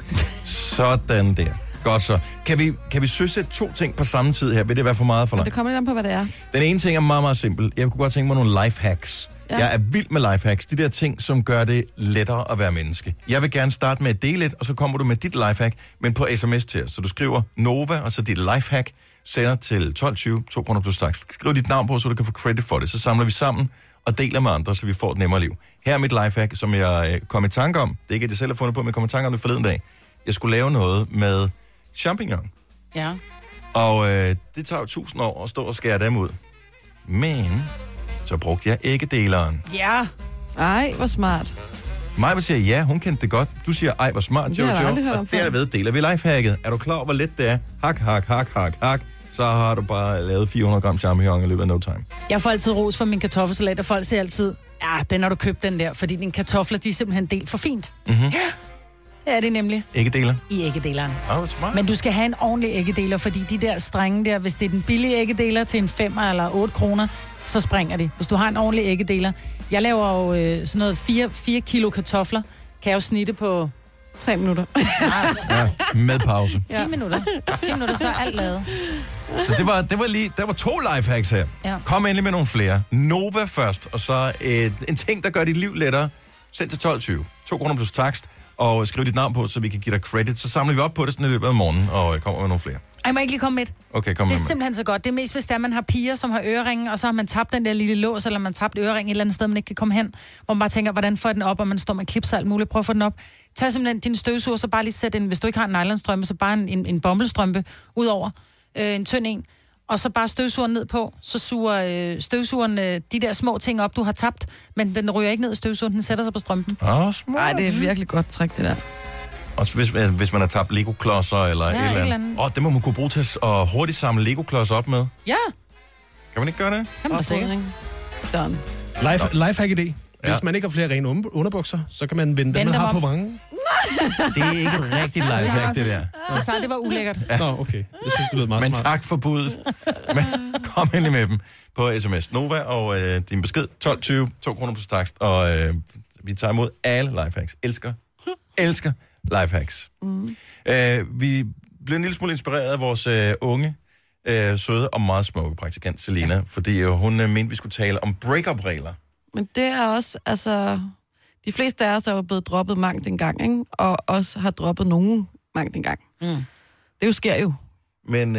Sådan der. Godt så. Kan vi, kan vi søsætte to ting på samme tid her? Vil det være for meget for Men dig? det kommer lidt an på, hvad det er. Den ene ting er meget, meget simpel. Jeg kunne godt tænke mig nogle life hacks. Ja. Jeg er vild med life hacks. De der ting, som gør det lettere at være menneske. Jeg vil gerne starte med at dele et, og så kommer du med dit life hack, men på sms til os. Så du skriver Nova, og så dit life hack, sender til tolv tyve, to kroner plus takst. Skriv dit navn på, så du kan få credit for det. Så samler vi sammen og deler med andre, så vi får et nemmere liv. Her er mit life hack, som jeg øh, kom i tanke om. Det er ikke, at jeg selv har fundet på, men jeg kom i tanke om det forleden dag. Jeg skulle lave noget med champignon. Ja. Og øh, det tager jo tusind år at stå og skære dem ud. Men så brugte jeg æggedeleren. Ja. Ej, hvor smart. Maja siger ja, hun kendte det godt. Du siger, ej, hvor smart, Det har jeg Jojo. aldrig hørt om Og før. derved deler vi lifehacket. Er du klar over, hvor let det er? Hak, hak, hak, hak, hak. Så har du bare lavet fire hundrede gram champignon i løbet af no time. Jeg får altid ros for min kartoffelsalat, og folk siger altid, ja, den har du købt den der, fordi dine kartofler, de er simpelthen delt for fint. Mm-hmm. Ja, det er det nemlig. Æggedeler. I æggedeleren. Åh, hvor smart. Men du skal have en ordentlig æggedeler, fordi de der strenge der, hvis det er den billige æggedeler til en femmer eller otte kroner, så springer de. Hvis du har en ordentlig æggedeler. Jeg laver jo øh, sådan noget fire kilo kartofler, kan jeg jo snitte på Tre minutter. Ja, med pause. ti minutter. ti minutter, så er alt lavet. Så det var, det var lige, der var to lifehacks her. Ja. Kom endelig med nogle flere. Nova først, og så et, en ting, der gør dit liv lettere. Send til tolv tyve. to kroner plus takst, og skriv dit navn på, så vi kan give dig credit. Så samler vi op på det sådan i løbet af morgenen, og kommer med nogle flere. Ej, må jeg ikke lige komme med et? Okay, kom Det med. er simpelthen så godt. Det er mest, hvis der man har piger, som har øreringe, og så har man tabt den der lille lås, eller man tabt øreringen et eller andet sted, man ikke kan komme hen. Hvor man bare tænker, hvordan får jeg den op, og man står med klips og alt muligt. Prøv at få den op. Tag simpelthen din støvsuger, så bare lige sæt en, hvis du ikke har en nylonstrømpe, så bare en, en, en bommelsstrømpe ud over. Øh, en tynd en. Og så bare støvsugeren ned på, så suger øh, støvsugeren øh, de der små ting op, du har tabt, men den ryger ikke ned i støvsugeren, den sætter sig på strømpen. Åh, smart. Nej, det er virkelig godt træk, det der. Også hvis, hvis man har tabt Lego-klodser eller Ja, et eller et eller andet. andet. Åh, det må man kunne bruge til at hurtigt samle Lego-klodser op med. Ja, Kan man ikke gøre det? kan man da sikkert. Done. Life, lifehack idé. Hvis Ja. man ikke har flere rene um- underbukser, så kan man vende dem, Vende man dem har om. på vangen. Det er ikke et rigtigt lifehack, det der. Så sagde det var ulækkert. Ja. Nå, okay. Jeg synes, det lyder meget Men smart. tak for budet. Men kom endelig med dem på sms. Nova og øh, din besked tolv tyve, to kroner plus takst. Og øh, vi tager imod alle lifehacks. Elsker, elsker lifehacks. Mm. Øh, vi blev en lille smule inspireret af vores øh, unge, øh, søde og meget smukke praktikant, Selina. Ja. Fordi øh, hun øh, mente, vi skulle tale om break-up-regler. Men det er også, altså... De fleste af os er jo blevet droppet mangt en gang, ikke? Og også har droppet nogen mangt en gang. Mm. Det jo sker jo. Men øh,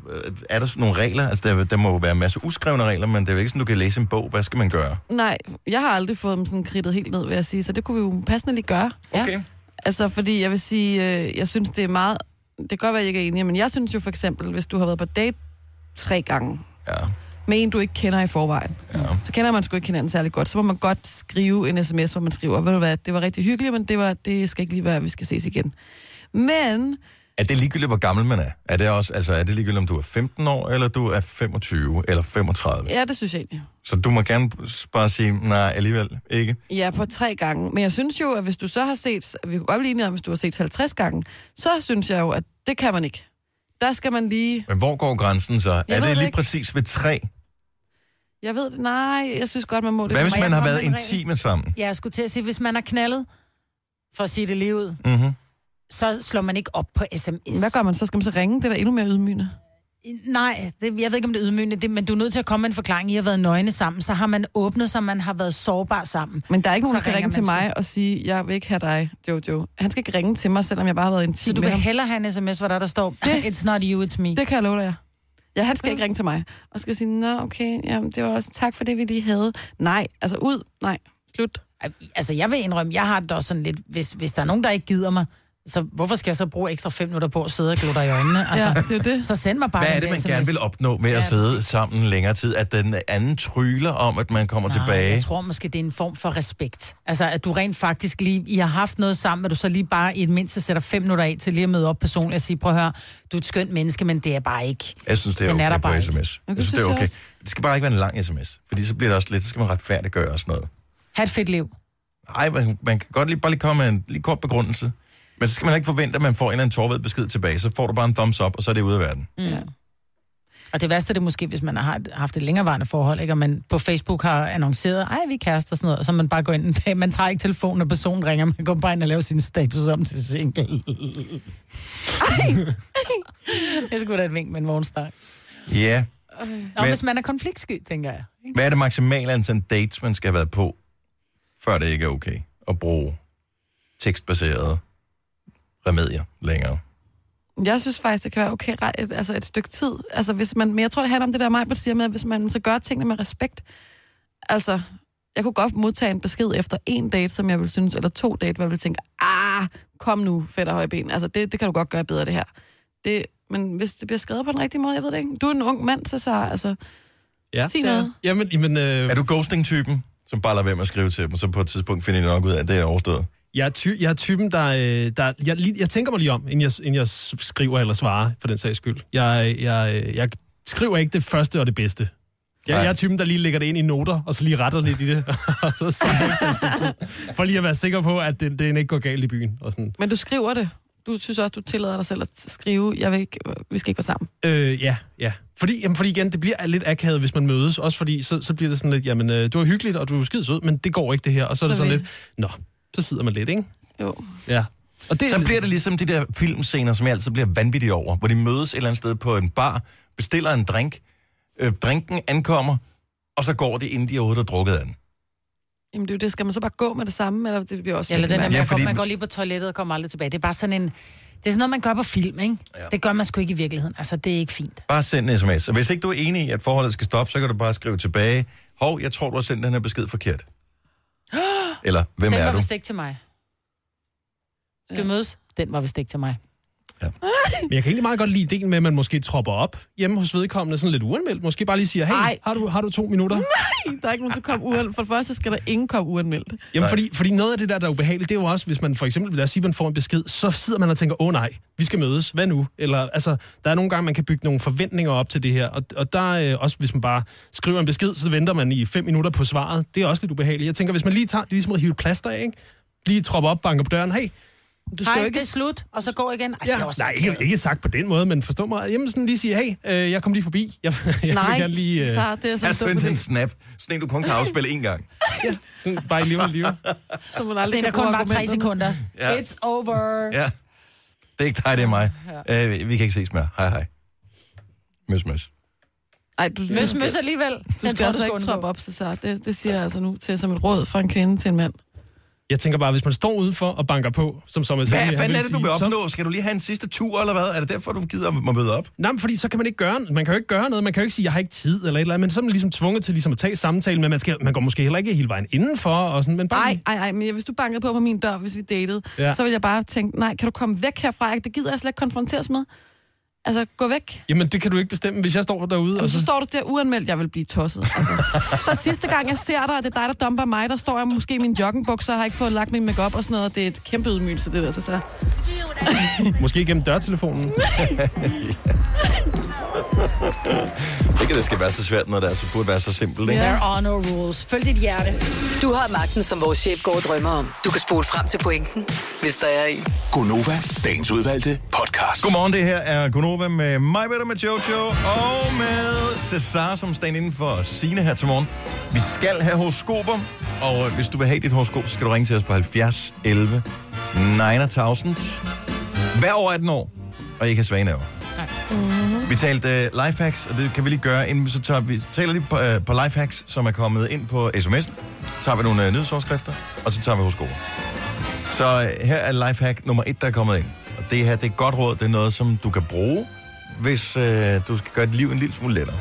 er der sådan nogle regler? Altså, der, der må jo være en masse uskrevne regler, men det er jo ikke sådan, du kan læse en bog. Hvad skal man gøre? Nej, jeg har aldrig fået dem sådan kridtet helt ned, vil jeg sige. Så det kunne vi jo passende lige gøre. Okay. Ja. Altså, fordi jeg vil sige, øh, jeg synes, det er meget... Det kan godt være, jeg ikke er enig, men jeg synes jo for eksempel, hvis du har været på date tre gange, Ja. med en, du ikke kender i forvejen, Ja. så kender man sgu ikke hinanden særlig godt. Så må man godt skrive en sms, hvor man skriver, ved du hvad, det var rigtig hyggeligt, men det, var, det skal ikke lige være, at vi skal ses igen. Men... Er det ligegyldigt, hvor gammel man er? Er det også, altså, er det ligegyldigt, om du er femten år, eller du er femogtyve, eller femogtredive? Ja, det synes jeg egentlig. Så du må gerne bare sige, nej, alligevel ikke. Ja, på tre gange. Men jeg synes jo, at hvis du så har set, vi kunne godt blive enige om, hvis du har set halvtreds gange, så synes jeg jo, at det kan man ikke. Der skal man lige... Men hvor går grænsen så? Jeg er ved det det lige ikke. præcis ved tre? Jeg ved det, nej, jeg synes godt, man må det. Hvad hvis Må man jeg har komme været med en regel? intime sammen? Ja, jeg skulle til at sige, hvis man har knaldet, for at sige det lige ud, Mm-hmm. så slår man ikke op på sms. Hvad gør man så? Skal man så ringe? Det er da endnu mere ydmygende. Nej, det, jeg ved ikke, om det er ydmygende, det, men du er nødt til at komme med en forklaring. I har været nøgne sammen, så har man åbnet, så man har været sårbar sammen. Men der er ikke nogen, Så der skal ringer ringe til man mig og sige, jeg vil ikke have dig, Jojo. Han skal ikke ringe til mig, selvom jeg bare har været intim Så du med vil ham. hellere have en sms, hvor der, der står, Det- it's not you, it's me. Det kan jeg love dig, ja. Ja, han skal ikke ringe til mig. Og skal sige, nå, okay, jamen, det var også tak for det, vi lige havde. Nej, altså ud, nej, slut. Altså, jeg vil indrømme, jeg har det også sådan lidt, hvis, hvis der er nogen, der ikke gider mig, så hvorfor skal jeg så bruge ekstra fem minutter på at sidde og glo dig i øjnene? Altså, Ja, det er jo det. så send mig bare Hvad er en det, man sms. gerne vil opnå med at Ja, sidde præcis. sammen længere tid? At den anden tryller om, at man kommer Nej, tilbage? jeg tror måske, det er en form for respekt. Altså, at du rent faktisk lige, I har haft noget sammen, at du så lige bare i det mindste sætter fem minutter af til lige at møde op personligt og sige, prøv at høre, du er et skønt menneske, men det er bare ikke. Jeg synes, det er Den er okay der på bare ikke. sms. Jeg det synes, det synes er jeg okay. også. Det skal bare ikke være en lang sms, fordi så bliver det også lidt, så skal man retfærdiggøre og sådan noget. Ha' et fedt liv. Ej, man, man kan godt lige bare lige komme med en lige kort begrundelse. Men så skal man ikke forvente, at man får en eller anden tårved besked tilbage. Så får du bare en thumbs up, og så er det ude af verden. Mm. Ja. Og det værste er det måske, hvis man har haft et længerevarende forhold, ikke? Og man på Facebook har annonceret, ej, vi er kærester og sådan noget, og så man bare går ind en dag, man tager ikke telefonen, når personen ringer, man går bare ind og laver sin status om til single. Ej! Det skulle da et vink med en morgenstart. Ja. Og Men- hvis man er konfliktsky, tænker jeg. Ikke? Hvad er det maksimale antal dates, man skal have været på, før det ikke er okay at bruge tekstbaserede remedier længere? Jeg synes faktisk, det kan være okay ret, et, altså et stykke tid. Altså, hvis man, men jeg tror, det handler om det der, Majbert siger med, at hvis man så gør tingene med respekt. Altså, jeg kunne godt modtage en besked efter en date, som jeg ville synes, eller to date, hvor jeg ville tænke, ah, kom nu, fedt og højben. Altså, det, det kan du godt gøre bedre, det her. Det, men hvis det bliver skrevet på den rigtige måde, jeg ved det ikke. Du er en ung mand, så så, altså, Ja. sig noget. Jamen, jamen, øh, Er du ghosting-typen, som bare lader være med at skrive til dem, og så på et tidspunkt finder I nok ud af, at det er overstået? jeg, er ty- jeg er typen, der... øh, der jeg, lige- jeg tænker mig lige om, inden jeg, inden jeg skriver eller svarer, for den sags skyld. Jeg, jeg, jeg skriver ikke det første og det bedste. Jeg, Nej. jeg er typen, der lige lægger det ind i noter, og så lige retter lidt i det, og så sender jeg det et stykke tid. For lige at være sikker på, at det, det ikke går galt i byen. Og sådan. Men du skriver det. Du synes også, du tillader dig selv at skrive, jeg vil ikke, vi skal ikke være sammen. Øh, ja, ja. Fordi, jamen, fordi igen, det bliver lidt akavet, hvis man mødes. Også fordi, så, så bliver det sådan lidt, jamen, øh, du er hyggeligt, og du er skidesød, men det går ikke det her. Og så er det Så sådan vil- lidt, nå, så sidder man lidt, ikke? Jo. Ja. Og det, Så bliver det ligesom de der filmscener, som jeg altid bliver vanvittig over, hvor de mødes et eller andet sted på en bar, bestiller en drink, øh, drinken ankommer, og så går det, inden de overhovedet har drukket af den. Jamen det er jo det, skal man så bare gå med det samme, eller det bliver også... Ja, eller den der med, Ja, ja, fordi- man går lige på toilettet og kommer aldrig tilbage. Det er bare sådan en... Det er sådan noget, man gør på film, ikke? Ja. Det gør man sgu ikke i virkeligheden. Altså, det er ikke fint. Bare send en sms. Og hvis ikke du er enig i, at forholdet skal stoppe, så kan du bare skrive tilbage, hov, jeg tror, du har sendt den her besked forkert. Eller, hvem Den er var du? vist ikke til mig. Skal vi Ja. mødes? Den var vist ikke til mig. Men jeg kan egentlig meget godt lide ideen med, at man måske tropper op hjemme hos vedkommende, sådan lidt uanmeldt. Måske bare lige siger, hey, Ej. har du, har du to minutter? Der er ikke nogen, der kommer uanmeldt. For det første skal der ingen komme uanmeldt. Jamen, fordi, fordi noget af det der, der er ubehageligt, det er jo også, hvis man for eksempel, lad os sige, man får en besked, så sidder man og tænker, åh oh, nej, vi skal mødes, hvad nu? Eller, altså, der er nogle gange, man kan bygge nogle forventninger op til det her, og, og der er også, hvis man bare skriver en besked, så venter man i fem minutter på svaret. Det er også lidt ubehageligt. Jeg tænker, hvis man lige tager, det er ligesom at hive et plaster af, ikke? Lige tropper op, banker på døren, hey, Du skal Hej, jo ikke... det er slut, og så gå igen. Ej, ja. det er også Nej, ikke, ikke sagt på den måde, men forstå mig. Jamen sådan lige sige, hey, øh, jeg kom lige forbi. Jeg, jeg Nej, vil gerne lige... Øh, så det er Jeg sådan har en snap. Sådan en, du kun kan afspille én gang. sådan bare i liv og liv. så man aldrig Det er der kan bruge kun var tre argumenterne. sekunder. Ja. It's over. Ja. Det er ikke dig, det er mig. Uh, vi kan ikke ses mere. Hej, hej. Møs, møs. Ej, du, Møs, møs alligevel. Du skal altså ikke troppe op, så, så det, det siger jeg altså nu til som et råd fra en kvinde til en mand. Jeg tænker bare, hvis man står udenfor og banker på, som som jeg Hvad sagde, fanden er det, du vil opnå? Skal du lige have en sidste tur, eller hvad? Er det derfor, du gider at møde op? Nej, men fordi så kan man ikke gøre, man kan jo ikke gøre noget, man kan jo ikke sige, jeg har ikke tid, eller et eller andet, men så er man ligesom tvunget til ligesom at tage samtalen, men man, skal, man går måske heller ikke hele vejen indenfor, og sådan, men bare... Ej, ej, ej, men hvis du bankede på på min dør, hvis vi datede, Ja. ja. så ville jeg bare tænke, nej, kan du komme væk herfra? Det gider jeg slet ikke konfronteres med. Altså, gå væk. Jamen, det kan du ikke bestemme, hvis jeg står derude, Jamen, og så så... står du der uanmeldt, jeg vil blive tosset. Altså. Så sidste gang, jeg ser dig, og det er dig, der dumper mig, der står jeg måske i min joggingbukser, har ikke fået lagt min makeup og sådan noget, og det er et kæmpe ydmygelse, det der, så så. Måske gennem dørtelefonen. Ikke, at det skal være så svært, når det altså burde være så simpelt, ikke? There are no rules. Følg dit hjerte. Du har magten, som vores chef går og drømmer om. Du kan spole frem til pointen, hvis der er en. Gonova, dagens udvalgte podcast. Godmorgen, det her er Gonova med mig, Peter, med Jojo og med Cesar, som stand inden for Signe her til morgen. Vi skal have horoskoper, og hvis du vil have dit horoskop, så skal du ringe til os på halvfjerds elleve nine tusind. Hver år atten år, og I kan svage næver. Vi talte uh, lifehacks, og det kan vi lige gøre, inden vi så tager vi taler lige på, uh, på lifehacks, som er kommet ind på sms'en. Så tager vi nogle uh, nyhedsoverskrifter, og så tager vi horoskoper. Så uh, her er lifehack nummer et, der er kommet ind. Og det her, det er et godt råd, det er noget, som du kan bruge, hvis uh, du skal gøre dit liv en lille smule lettere.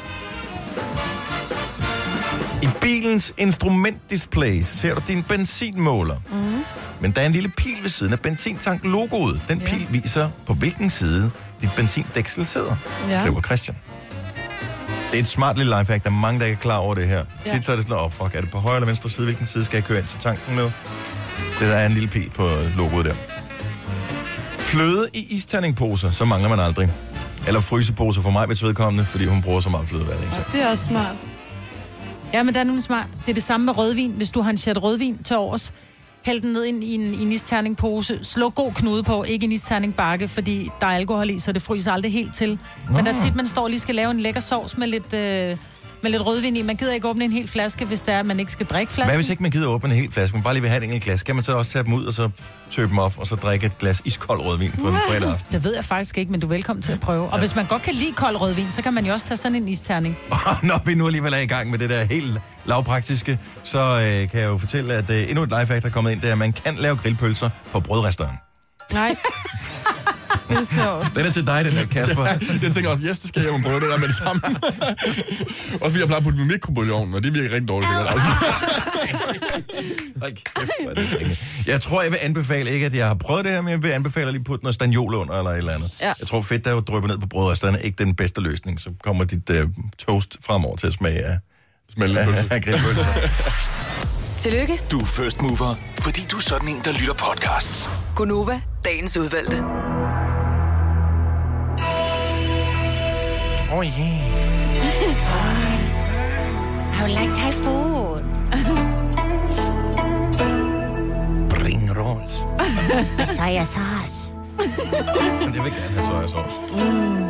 I bilens instrumentdisplay ser du din benzinmåler. Mm. Men der er en lille pil ved siden af benzintank-logoet. Den pil viser, på hvilken side dit benzindæksel sidder, Ja. skriver Christian. Det er et smart lille lifehack. Der er mange, der ikke er klar over det her. Ja. Tit så er det sådan, åh oh, fuck, er det på højre eller venstre side? Hvilken side skal jeg køre ind til tanken med? Det der er en lille pil på logoet der. Fløde i isterningposer, så mangler man aldrig. Eller fryseposer for mig, hvis vedkommende, fordi hun bruger så meget fløde hver dag. Så. Det er også smart. Ja, men der er nogle smart. Det er det samme med rødvin. Hvis du har en chat rødvin til overs, hæld den ned ind i en, i en isterningpose, slå god knude på, ikke en isterning bakke, fordi der er alkohol i, så det fryser aldrig helt til. Nå. Men der er tit, man står og lige skal lave en lækker sovs med lidt, øh, med lidt rødvin i. Man gider ikke åbne en hel flaske, hvis det er, at man ikke skal drikke flasken. Hvad hvis ikke man gider åbne en hel flaske, man bare lige vil have et enkelt glas? Kan man så også tage dem ud og så tøbe dem op, og så drikke et glas iskold rødvin på en fredag aften? Det ved jeg faktisk ikke, men du er velkommen til at prøve. Og ja. Hvis man godt kan lide kold rødvin, så kan man jo også tage sådan en isterning. Og når vi nu alligevel er i gang med det der helt lavpraktiske, så øh, kan jeg jo fortælle, at øh, endnu et lifehack, der er kommet ind, det er, at man kan lave grillpølser på brødrestaurant. Nej. Det er sjovt. Den er til dig, den der, Kasper. Jeg tænker også, yes, det skal jeg jo prøve det der med det samme. Også fordi jeg plejer at putte min mikrobølgeovn, og det virker rigtig dårligt. Jeg tror, jeg vil anbefale, ikke at jeg har prøvet det her, men jeg vil anbefale at lige putte noget stanjol under eller et eller andet. Ja. Jeg tror, fedt, der jo drypper ned på brødrestaurant, er ikke den bedste løsning. Så kommer dit uh, toast fremover til at smage af, af, af grillpølser. Tillykke. Du er first mover, fordi du er sådan en, der lytter podcasts. Gunova, dagens udvalgte. Oh yeah. I would like Thai food. Spring rolls. Soja sauce. Jeg vil gerne have soja sauce. Mm.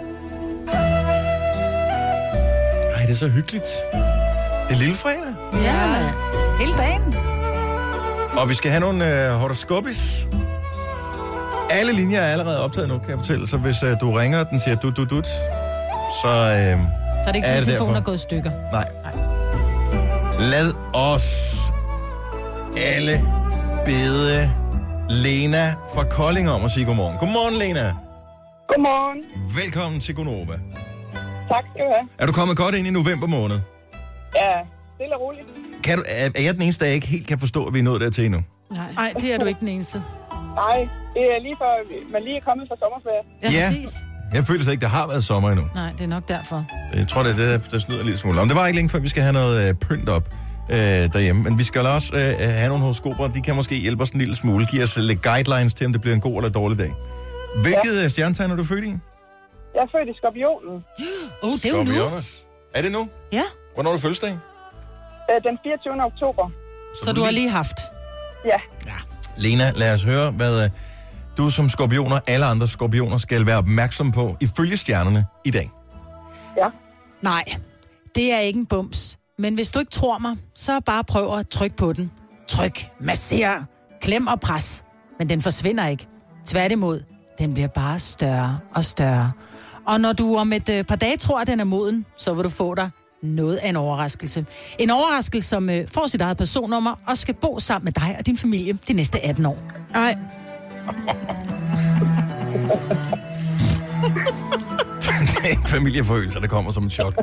Ej, det er så hyggeligt. Det er lille fredag. Ja, hele dagen. Og vi skal have nogle øh, horoskopis. Alle linjer er allerede optaget nu, kan jeg fortælle. Så hvis øh, du ringer, og den siger du, du, du, så, øh, så er det ikke, fordi telefonen er gået i stykker. Nej. Nej. Lad os alle bede Lena fra Kolding om at sige godmorgen. Godmorgen, Lena. Godmorgen. Velkommen til Gunova. Tak skal du have. Er du kommet godt ind i november måned? Ja, stille og roligt. Kan du, er, er jeg den eneste, der ikke helt kan forstå, at vi er nået dertil endnu? Nej. Nej, det er du ikke den eneste. Nej, det er lige før, man lige er kommet fra sommerferie. Ja, ja. præcis. Jeg føler slet ikke, der har været sommer endnu. Nej, det er nok derfor. Jeg tror, det er det, der snyder lidt smule om. Det var ikke længe før, vi skal have noget øh, pynt op øh, derhjemme. Men vi skal også øh, have nogle horoskoper. De kan måske hjælpe os en lille smule. Giv os lidt guidelines til, om det bliver en god eller dårlig dag. Hvilket ja. stjernetegn er du født i? Jeg er født i Skorpionen. Åh, oh, det er jo nu. Er det nu? Ja. Hvornår er du fødselsdag? Den fireogtyvende oktober. Så, Så du, du har lige haft? Ja. Ja. Lena, lad os høre, hvad øh, du som skorpioner, alle andre skorpioner, skal være opmærksom på ifølge stjernerne i dag. Ja. Nej, det er ikke en bums. Men hvis du ikke tror mig, så bare prøv at trykke på den. Tryk, masser, klem og pres. Men den forsvinder ikke. Tværtimod, den bliver bare større og større. Og når du om et øh, par dage tror, at den er moden, så vil du få dig noget af en overraskelse. En overraskelse, som øh, får sit eget personnummer og skal bo sammen med dig og din familie de næste atten år. Ej. Det er en familieforøgelse, der kommer som et chok.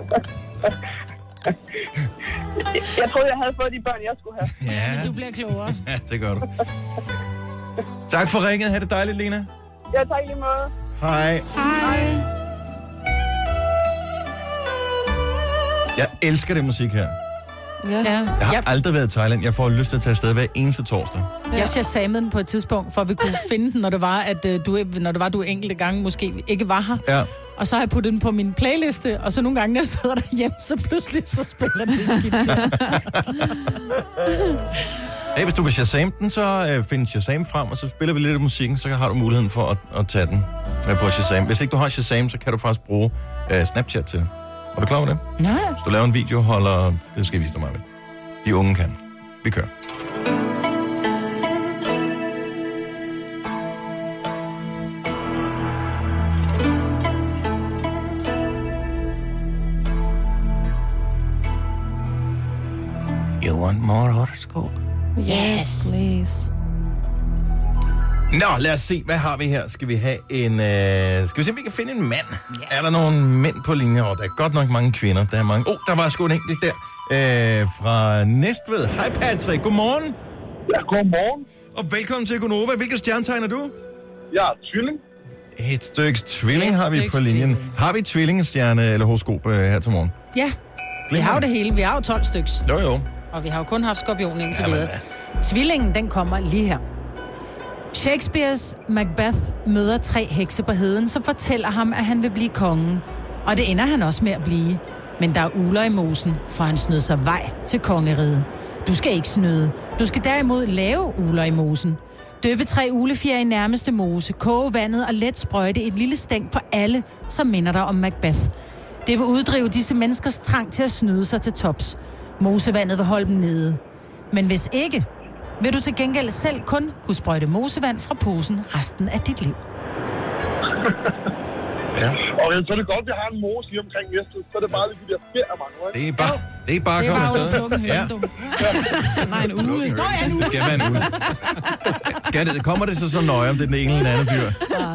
Jeg troede, jeg havde fået de børn, jeg skulle have. Ja, men du bliver klogere. Ja, det gør du. Tak for ringet. Ha' det dejligt, Lena. Ja, tak i lige måde. Hej. Hej. Jeg elsker det musik her. Ja. Ja. Jeg har Jeg, aldrig været i Thailand. Jeg får lyst til at tage afsted hver eneste torsdag. jeg shazamede den på et tidspunkt, for at vi kunne finde den, når det var, at øh, du, når det var, du enkelte gange måske ikke var her. Ja. Og så har jeg puttet den på min playliste, og så nogle gange, når jeg sidder derhjemme, så pludselig så spiller det skidt. Hey, hvis du vil Shazam den, så øh, find Shazam frem, og så spiller vi lidt af musikken, så har du muligheden for at, at tage den øh, på Shazam. Hvis ikke du har Shazam, så kan du faktisk bruge øh, Snapchat til det. Er du klar over det? Nej. Hvis du laver en video, holder... Det skal jeg vise dig meget ved. De unge kan. Vi kører. You want more horoscope? Yes, please. Nå, lad os se, hvad har vi her? Skal vi have en... Øh... Skal vi se, om vi kan finde en mand? Yeah. Er der nogle mænd på linje? Og der er godt nok mange kvinder. Der er mange... Åh, oh, der var sgu en enkelt der. Øh, fra Næstved. Hej Patrick, godmorgen. Ja, godmorgen. Og velkommen til Gunova. Hvilket stjernetegn er du? Jeg er tvilling. Et stykke tvilling Et har vi stykke på linjen. tvilling. Har vi tvillingestjerne eller horoskop øh, her til morgen? Ja, vi har jo det hele. Vi har jo tolv styks. Jo, jo. Og vi har jo kun haft skorpionen indtil Jamen, videre. Tvillingen, den kommer lige her. Shakespeares Macbeth møder tre hekse på heden, som fortæller ham, at han vil blive kongen. Og det ender han også med at blive. Men der er uler i mosen, for han snød sig vej til kongeriget. Du skal ikke snyde. Du skal derimod lave uler i mosen. Døbe tre ulefjer i nærmeste mose, koge vandet og let sprøjte et lille stænk på alle, som minder dig om Macbeth. Det vil uddrive disse menneskers trang til at snyde sig til tops. Mosevandet vil holde dem nede. Men hvis ikke, vil du til gengæld selv kun kunne sprøjte mosevand fra posen resten af dit liv. Ja. Og så er det godt, at vi har en mose lige omkring næste. Så er det bare lige de der fjer mange, ikke? Det er bare, det er bare at komme afsted. Ja. Nej, en uge. Nå, ja, en uge. Det skal være en uge. Skal det, kommer det så så nøje, om det er den ene eller den anden fyr?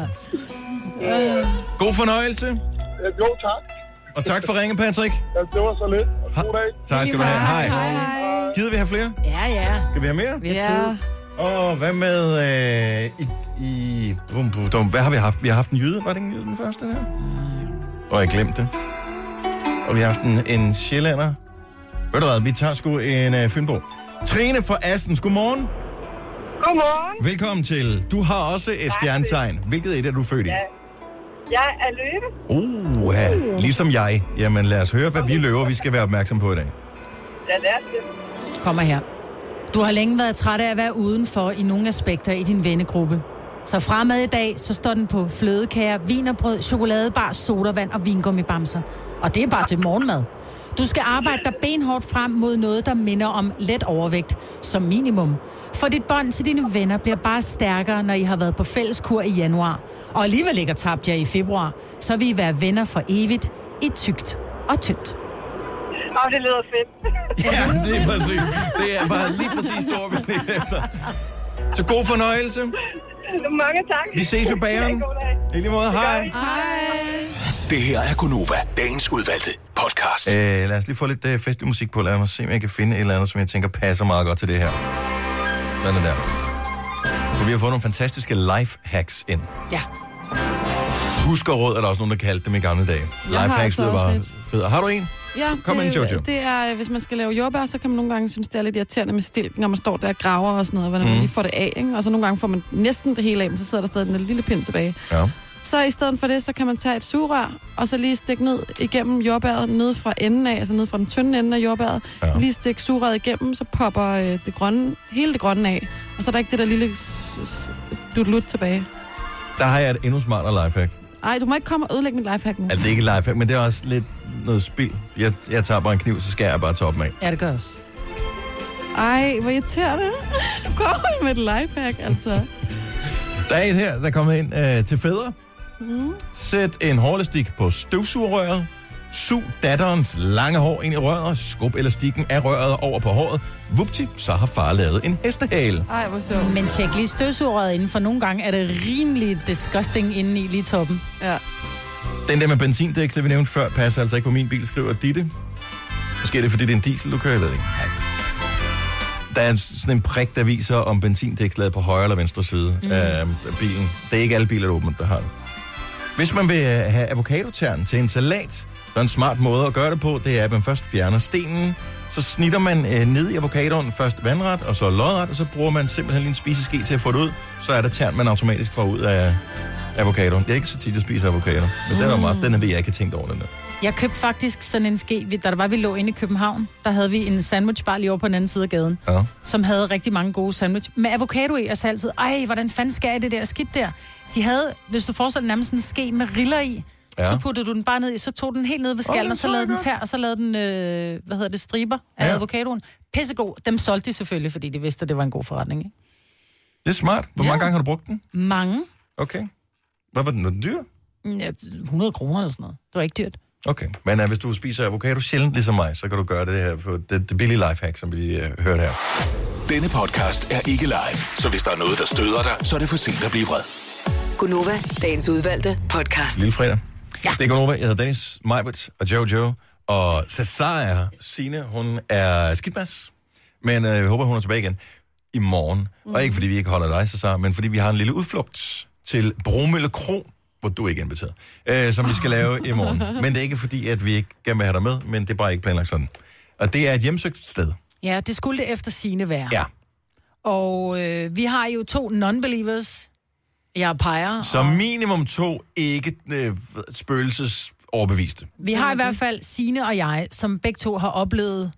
God fornøjelse. Jo, tak. Og tak for ringen, Patrick. Ja, det var så lidt. God dag. Tak skal du have. Hej. Hej. Gider vi have flere? Ja, ja. Skal vi have mere? Vi har tid. Og hvad med øh, i, i bum, bum, bum. Hvad har vi haft? Vi har haft en jyde. Var det ikke en jyde den første der? Og jeg glemte det. Og vi har haft en, en sjællander. Ved du hvad, vi tager sgu en uh, Fynbo. Trine fra Assens, godmorgen. Godmorgen. Velkommen til. Du har også et stjernetegn. Hvilket et er du født i? Ja. Jeg er løve. Uh, ja. Ligesom jeg. Jamen lad os høre, hvad vi løver, vi skal være opmærksom på i dag. Ja, det er det. Kommer her. Du har længe været træt af at være udenfor i nogle aspekter i din vennegruppe. Så fremad i dag, så står den på flødekager, wienerbrød, chokoladebar, sodavand og vingummibamser. Og det er bare til morgenmad. Du skal arbejde dig benhårdt frem mod noget, der minder om let overvægt, som minimum. For dit bånd til dine venner bliver bare stærkere, når I har været på fælleskur i januar. Og alligevel ikke tabt jer i februar, så vil I være venner for evigt i tykt og tyndt. Åh, det lyder fedt. Ja, det er præcis. Det er bare lige præcis det ord, vi lige efter. Så god fornøjelse. Mange tak. Vi ses ved bageren. I lige måde, hej. Hej. Det her er Gunova, dagens udvalgte podcast. Øh, lad os lige få lidt øh, festlig musik på. Lad mig se, om jeg kan finde et eller andet, som jeg tænker passer meget godt til det her. Sådan er der. Så vi har fået nogle fantastiske life hacks ind. Ja. Husk og råd er der også nogen, der kaldte dem i gamle dage. Life har hacks altså lyder også bare et. fedt. Har du en? Ja, Kom det, ind, Jojo. det er, hvis man skal lave jordbær, så kan man nogle gange synes, det er lidt irriterende med stilken, når man står der og graver og sådan noget, hvordan mm. man lige får det af, ikke? Og så nogle gange får man næsten det hele af, men så sidder der stadig en lille pind tilbage. Ja. Så i stedet for det, så kan man tage et sugerør, og så lige stikke ned igennem jordbæret, ned fra enden af, altså ned fra den tynde ende af jordbæret. Ja. Lige stikke sugerøret igennem, så popper øh, det grønne, hele det grønne af. Og så er der ikke det der lille dut-lut tilbage. Der har jeg et endnu smartere lifehack. Ej, du må ikke komme og ødelægge mit lifehack nu. Altså, det er ikke et lifehack, men det er også lidt noget spild. Jeg, jeg tager bare en kniv, så skærer jeg bare toppen af. Ja, det gør også. Ej, hvor irriterende. Du kommer med et lifehack, altså. Der er et her, der kommer ind øh, til fædre. Mm. Sæt en hårlastik på støvsugerrøret. Sug datterens lange hår ind i røret. Skub elastikken af røret over på håret. Vupti, så har far lavet en hestehale. Ej, hvor så. Men tjek lige støvsugerrøret inden, for nogle gange er det rimelig disgusting inde i lige toppen. Ja. Den der med benzindæksler, vi nævnte før, passer altså ikke på min bil, skriver Ditte. Måske er det, fordi det er en diesel, du kører, jeg ved ikke. Nej. Der er sådan en prik, der viser, om benzindækslet er på højre eller venstre side mm. af bilen. Det er ikke alle biler, der åbent, der har det. Hvis man vil have avocadotern til en salat, så en smart måde at gøre det på, det er, at man først fjerner stenen, så snitter man øh, ned i avocadoen først vandret, og så lodret, og så bruger man simpelthen lige en spiseske til at få det ud, så er der tern, man automatisk får ud af avocadoen. Det er ikke så tit, at spise avocado, men mm. den er meget, den er det, jeg ikke har tænkt over den der. Jeg købte faktisk sådan en ske, da der var, vi lå inde i København, der havde vi en sandwichbar lige over på den anden side af gaden, ja. som havde rigtig mange gode sandwich med avocado i, og så altid, ej, hvordan fanden skal jeg det der skidt der? De havde, hvis du forestiller nærmest en ske med riller i, ja. Så puttede du den bare ned i, så tog den helt ned ved skallen, oh, og så lavede den tær, og så lavede den, øh, hvad hedder det, striber af ja. avocadoen. Pissegod. Dem solgte de selvfølgelig, fordi de vidste, at det var en god forretning, ikke? Det er smart. Hvor ja. mange gange har du brugt den? Mange. Okay. Hvad var den? Var den dyr? Ja, hundrede kroner eller sådan noget. Det var ikke dyrt. Okay, men uh, hvis du spiser avocado sjældent ligesom mig, så kan du gøre det her på det, det billige lifehack, som vi lige uh, hørte her. Denne podcast er ikke live, så hvis der er noget, der støder dig, så er det for sent at blive vred. Gunova, dagens udvalgte podcast. Lille fredag. Ja. Det er Gunova. Jeg hedder Dennis, Majbert og Jojo. Og Cesar er her. Signe, hun er skidmas. Men uh, jeg håber, hun er tilbage igen i morgen. Mm. Og ikke fordi vi ikke holder dig, Cesar, men fordi vi har en lille udflugt til Bromølle Kro, hvor du ikke er inviteret, øh, som vi skal lave i morgen. Men det er ikke fordi, at vi ikke gerne vil have dig med, men det er bare ikke planlagt sådan. Og det er et hjemsøgt sted. Ja, det skulle det efter sigende være. Ja. Og øh, vi har jo to non-believers. Jeg peger. Som og... minimum to ikke øh, spøgelses overbeviste. Vi har i hvert fald Signe og jeg, som begge to har oplevet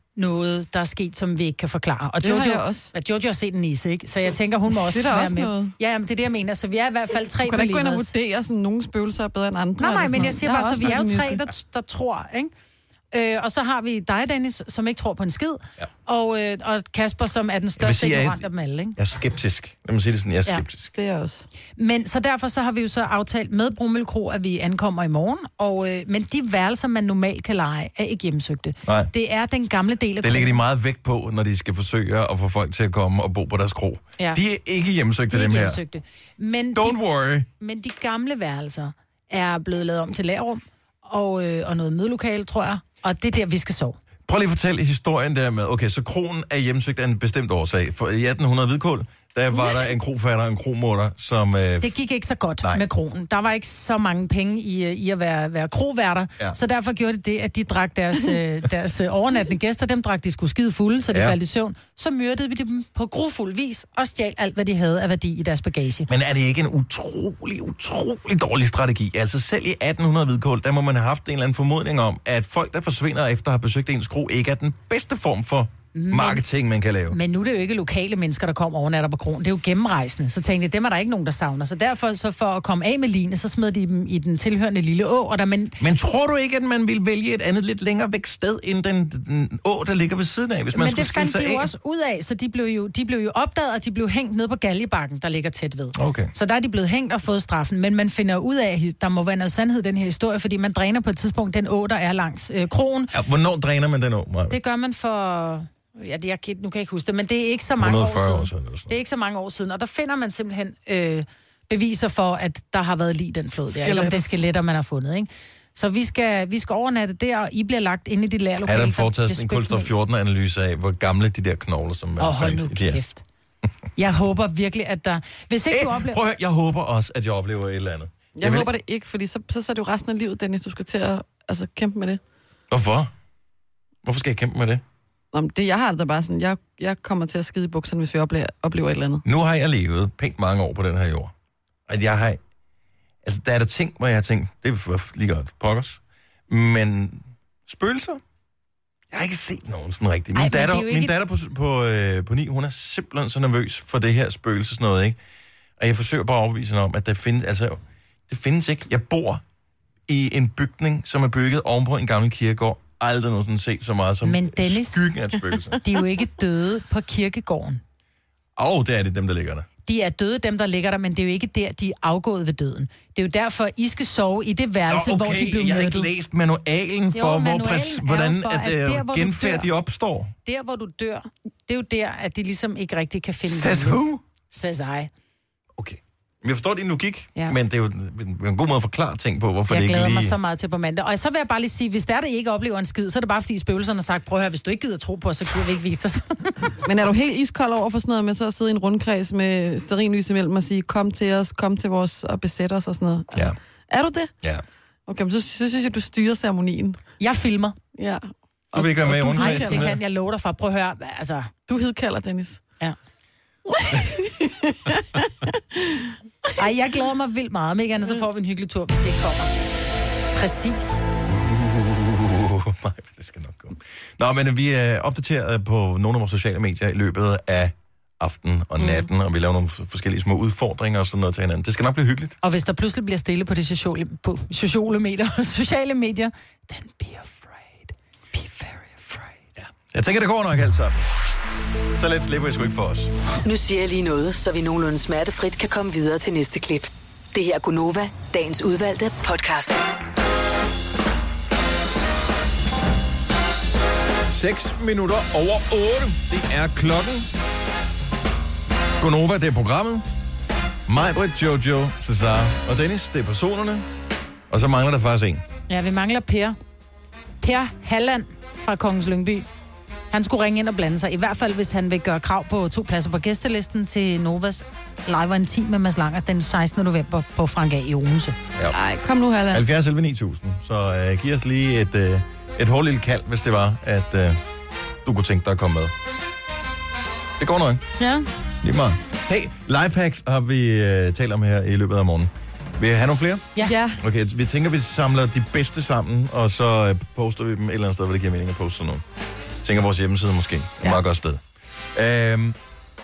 noget, der er sket, som vi ikke kan forklare. Og Det har Jojo, jeg også. og Jojo har set en nisse, ikke? Så jeg tænker, hun må også Det er da være også med. noget. Ja, men det er det, jeg mener. Så vi er i hvert fald tre Du kan da ikke gå ind og believers. vurdere, sådan nogle spøgelser er bedre end andre. Nej, nej, eller sådan men jeg noget. siger har bare, så også vi er jo været tre, nisse. der, der tror, ikke? Øh, og så har vi dig, Dennis, som ikke tror på en skid, Ja. og, øh, og Kasper, som er den vil største sige, jeg er- ignorant af dem alle, ikke? Jeg er skeptisk. Lad mig sige det sådan, jeg er Ja. skeptisk. Det er jeg også. Men så derfor så har vi jo så aftalt med Brummel Kro, at vi ankommer i morgen, og, øh, men de værelser, man normalt kan lege, er ikke hjemsøgte. Nej. Det er den gamle del af Det lægger de kroen. meget vægt på, når de skal forsøge at få folk til at komme og bo på deres kro. Ja. De er ikke hjemsøgte, De er dem ikke her. hjemsøgte. Men Don't de, worry. men de gamle værelser er blevet lavet om til lagerrum, og, øh, og noget mødelokale, tror jeg. Og det er der, vi skal sove. Prøv lige at fortælle historien der med, okay, så kronen er hjemsøgt af en bestemt årsag. For i atten hundrede hvidkål, der var der en krofatter og en kromutter, som... Øh, Det gik ikke så godt Nej. med kronen. Der var ikke så mange penge i, øh, i at være, være kroværter, Ja. ja. så derfor gjorde det det, at de drak deres, øh, deres øh, overnattende gæster, dem drak de skulle skide fulde, så de Ja. ja. faldt i søvn. Så myrdede vi dem på grufuld vis og stjal alt, hvad de havde af værdi i deres bagage. Men er det ikke en utrolig, utrolig dårlig strategi? Altså selv i atten hundrede hvidkål, der må man have haft en eller anden formodning om, at folk, der forsvinder efter at have besøgt ens kro, ikke er den bedste form for marketing, man kan lave. Men nu er det jo ikke lokale mennesker, der kommer overnatter på kronen. Det er jo gennemrejsende. Så tænkte jeg, dem er der ikke nogen, der savner. Så derfor, så for at komme af med Line, så smed de dem i den tilhørende lille å. Og der, men Men tror du ikke, at man ville vælge et andet lidt længere væk sted, end den, den å, der ligger ved siden af, hvis man men skulle det skille fandt sig de jo af? også ud af, så de blev jo, de blev jo opdaget, og de blev hængt ned på Galjebakken, der ligger tæt ved. Okay. Så der er de blevet hængt og fået straffen. Men man finder ud af, at der må være noget sandhed i den her historie, fordi man dræner på et tidspunkt den å, der er langs øh, krogen. Ja, hvornår dræner man den å, Maja? Det gør man for... Ja, det, jeg, kan- nu kan jeg ikke huske det, men det er ikke så mange et år hundrede og fyrre siden. år siden eller sådan Det er ikke så mange år siden, og der finder man simpelthen øh, beviser for, at der har været lige den flod der. Eller om det er skeletter, man har fundet, ikke? Så vi skal, vi skal overnatte der, og I bliver lagt inde i dit lærerlokale. Er der foretaget sådan en kulstof fjorten-analyse af, hvor gamle de der knogler, som man Åh, hold fandt nu i de her? kæft. Jeg håber virkelig, at der... Hvis ikke Æh, du oplever... prøv at høre, jeg håber også, at jeg oplever et eller andet. Jeg, Jeg vil- håber det ikke, fordi så, så, så er det jo resten af livet, Dennis, du skal til at altså, kæmpe med det. Hvorfor? Hvorfor skal jeg kæmpe med det? Nå, men det, jeg har aldrig bare sådan, jeg, jeg kommer til at skide i bukserne, hvis vi oplever, oplever et eller andet. Nu har jeg levet pænt mange år på den her jord. Og jeg har... Altså, der er der ting, hvor jeg har tænkt, det er lige godt pokkers. Men spøgelser? Jeg har ikke set nogen sådan rigtigt. Min Ej, men det er datter, jo min ikke- datter på, på, øh, på ni, hun er simpelthen så nervøs for det her spøgelse sådan noget, ikke? Og jeg forsøger bare at overbevise hende om, at der findes... Altså, det findes ikke. Jeg bor i en bygning, som er bygget ovenpå en gammel kirkegård. Aldrig nogensinde set så meget som Men Dennis- skyggen af et spøgelse. De er jo ikke døde på kirkegården. Åh, oh, det er det dem, der ligger der. De er døde, dem der ligger der, men det er jo ikke der, de er afgået ved døden. Det er jo derfor, I skal sove i det værelse, Nå, hvor de okay, blev jeg har myrdet. ikke læst manualen for, Jo, hvor manualen præs, er jo hvordan for, at, at øh, der, hvor du genfærd dør- de opstår. Der, hvor du dør, det er jo der, at de ligesom ikke rigtig kan finde Says vilje. who? Says I. Okay. Jeg forstår din logik, ja. Ja. men det er jo en, en god måde at forklare ting på, hvorfor Jeg det ikke glæder lige... mig så meget til på mandag. Og så vil jeg bare lige sige, hvis der er, der ikke oplever en skid, så er det bare fordi spøgelserne har sagt, prøv at høre, hvis du ikke gider tro på os, så gider vi ikke vise os. Men er du helt iskold over for sådan noget med så at sidde i en rundkreds med stearinlys imellem og sige, kom til os, kom til vores og besæt os og sådan noget? Altså, Ja. Er du det? Ja. Okay, men så, så synes jeg, du styrer ceremonien. Jeg filmer. Ja. Du vil ikke være med i og du Nej, rundkredsen det her? kan jeg love dig for. Prøv at høre, altså... Du hidkalder, Dennis. Ja. Ej, jeg glæder mig vildt meget. Om ikke andet, så får vi en hyggelig tur, hvis det ikke kommer. Præcis. Uh, nej, det skal nok gå. Nå, men vi er opdateret på nogle af vores sociale medier i løbet af aften og natten, mm. og vi laver nogle forskellige små udfordringer og sådan noget til hinanden. Det skal nok blive hyggeligt. Og hvis der pludselig bliver stille på de sociale, på sociale medier, sociale medier, then be afraid. Be very afraid. Ja. Jeg tænker, det går nok alt sammen. Så let slipper jeg sgu ikke for os. Nu siger jeg lige noget, så vi nogenlunde smertefrit kan komme videre til næste klip. Det her er Gunova, dagens udvalgte podcast. seks minutter over otte. Det er klokken. Gonova, det er programmet. Mig, Britt, Jojo, Cesar og Dennis, det er personerne. Og så mangler der faktisk en. Ja, vi mangler Per. Per Halland fra Kongens Lyngby. Han skulle ringe ind og blande sig. I hvert fald, hvis han vil gøre krav på to pladser på gæstelisten til Novas Live and Team med Mads Langer den sekstende november på Frank A. i Odense. Nej, kom nu, Halland. halvfjerds elleve ni tusind. Så øh, giv os lige et, øh, et hårdt lille kald, hvis det var, at øh, du kunne tænke dig at komme med. Det går nok. Ja. Lige meget. Hey, lifehacks har vi øh, talt om her i løbet af morgenen. Vil I have nogle flere? Ja. Ja. Okay, vi tænker, vi samler de bedste sammen, og så øh, poster vi dem et eller andet sted, hvor det giver mening at poste sådan noget. tænker vores hjemmeside måske. Det er et ja. meget godt sted. Øhm,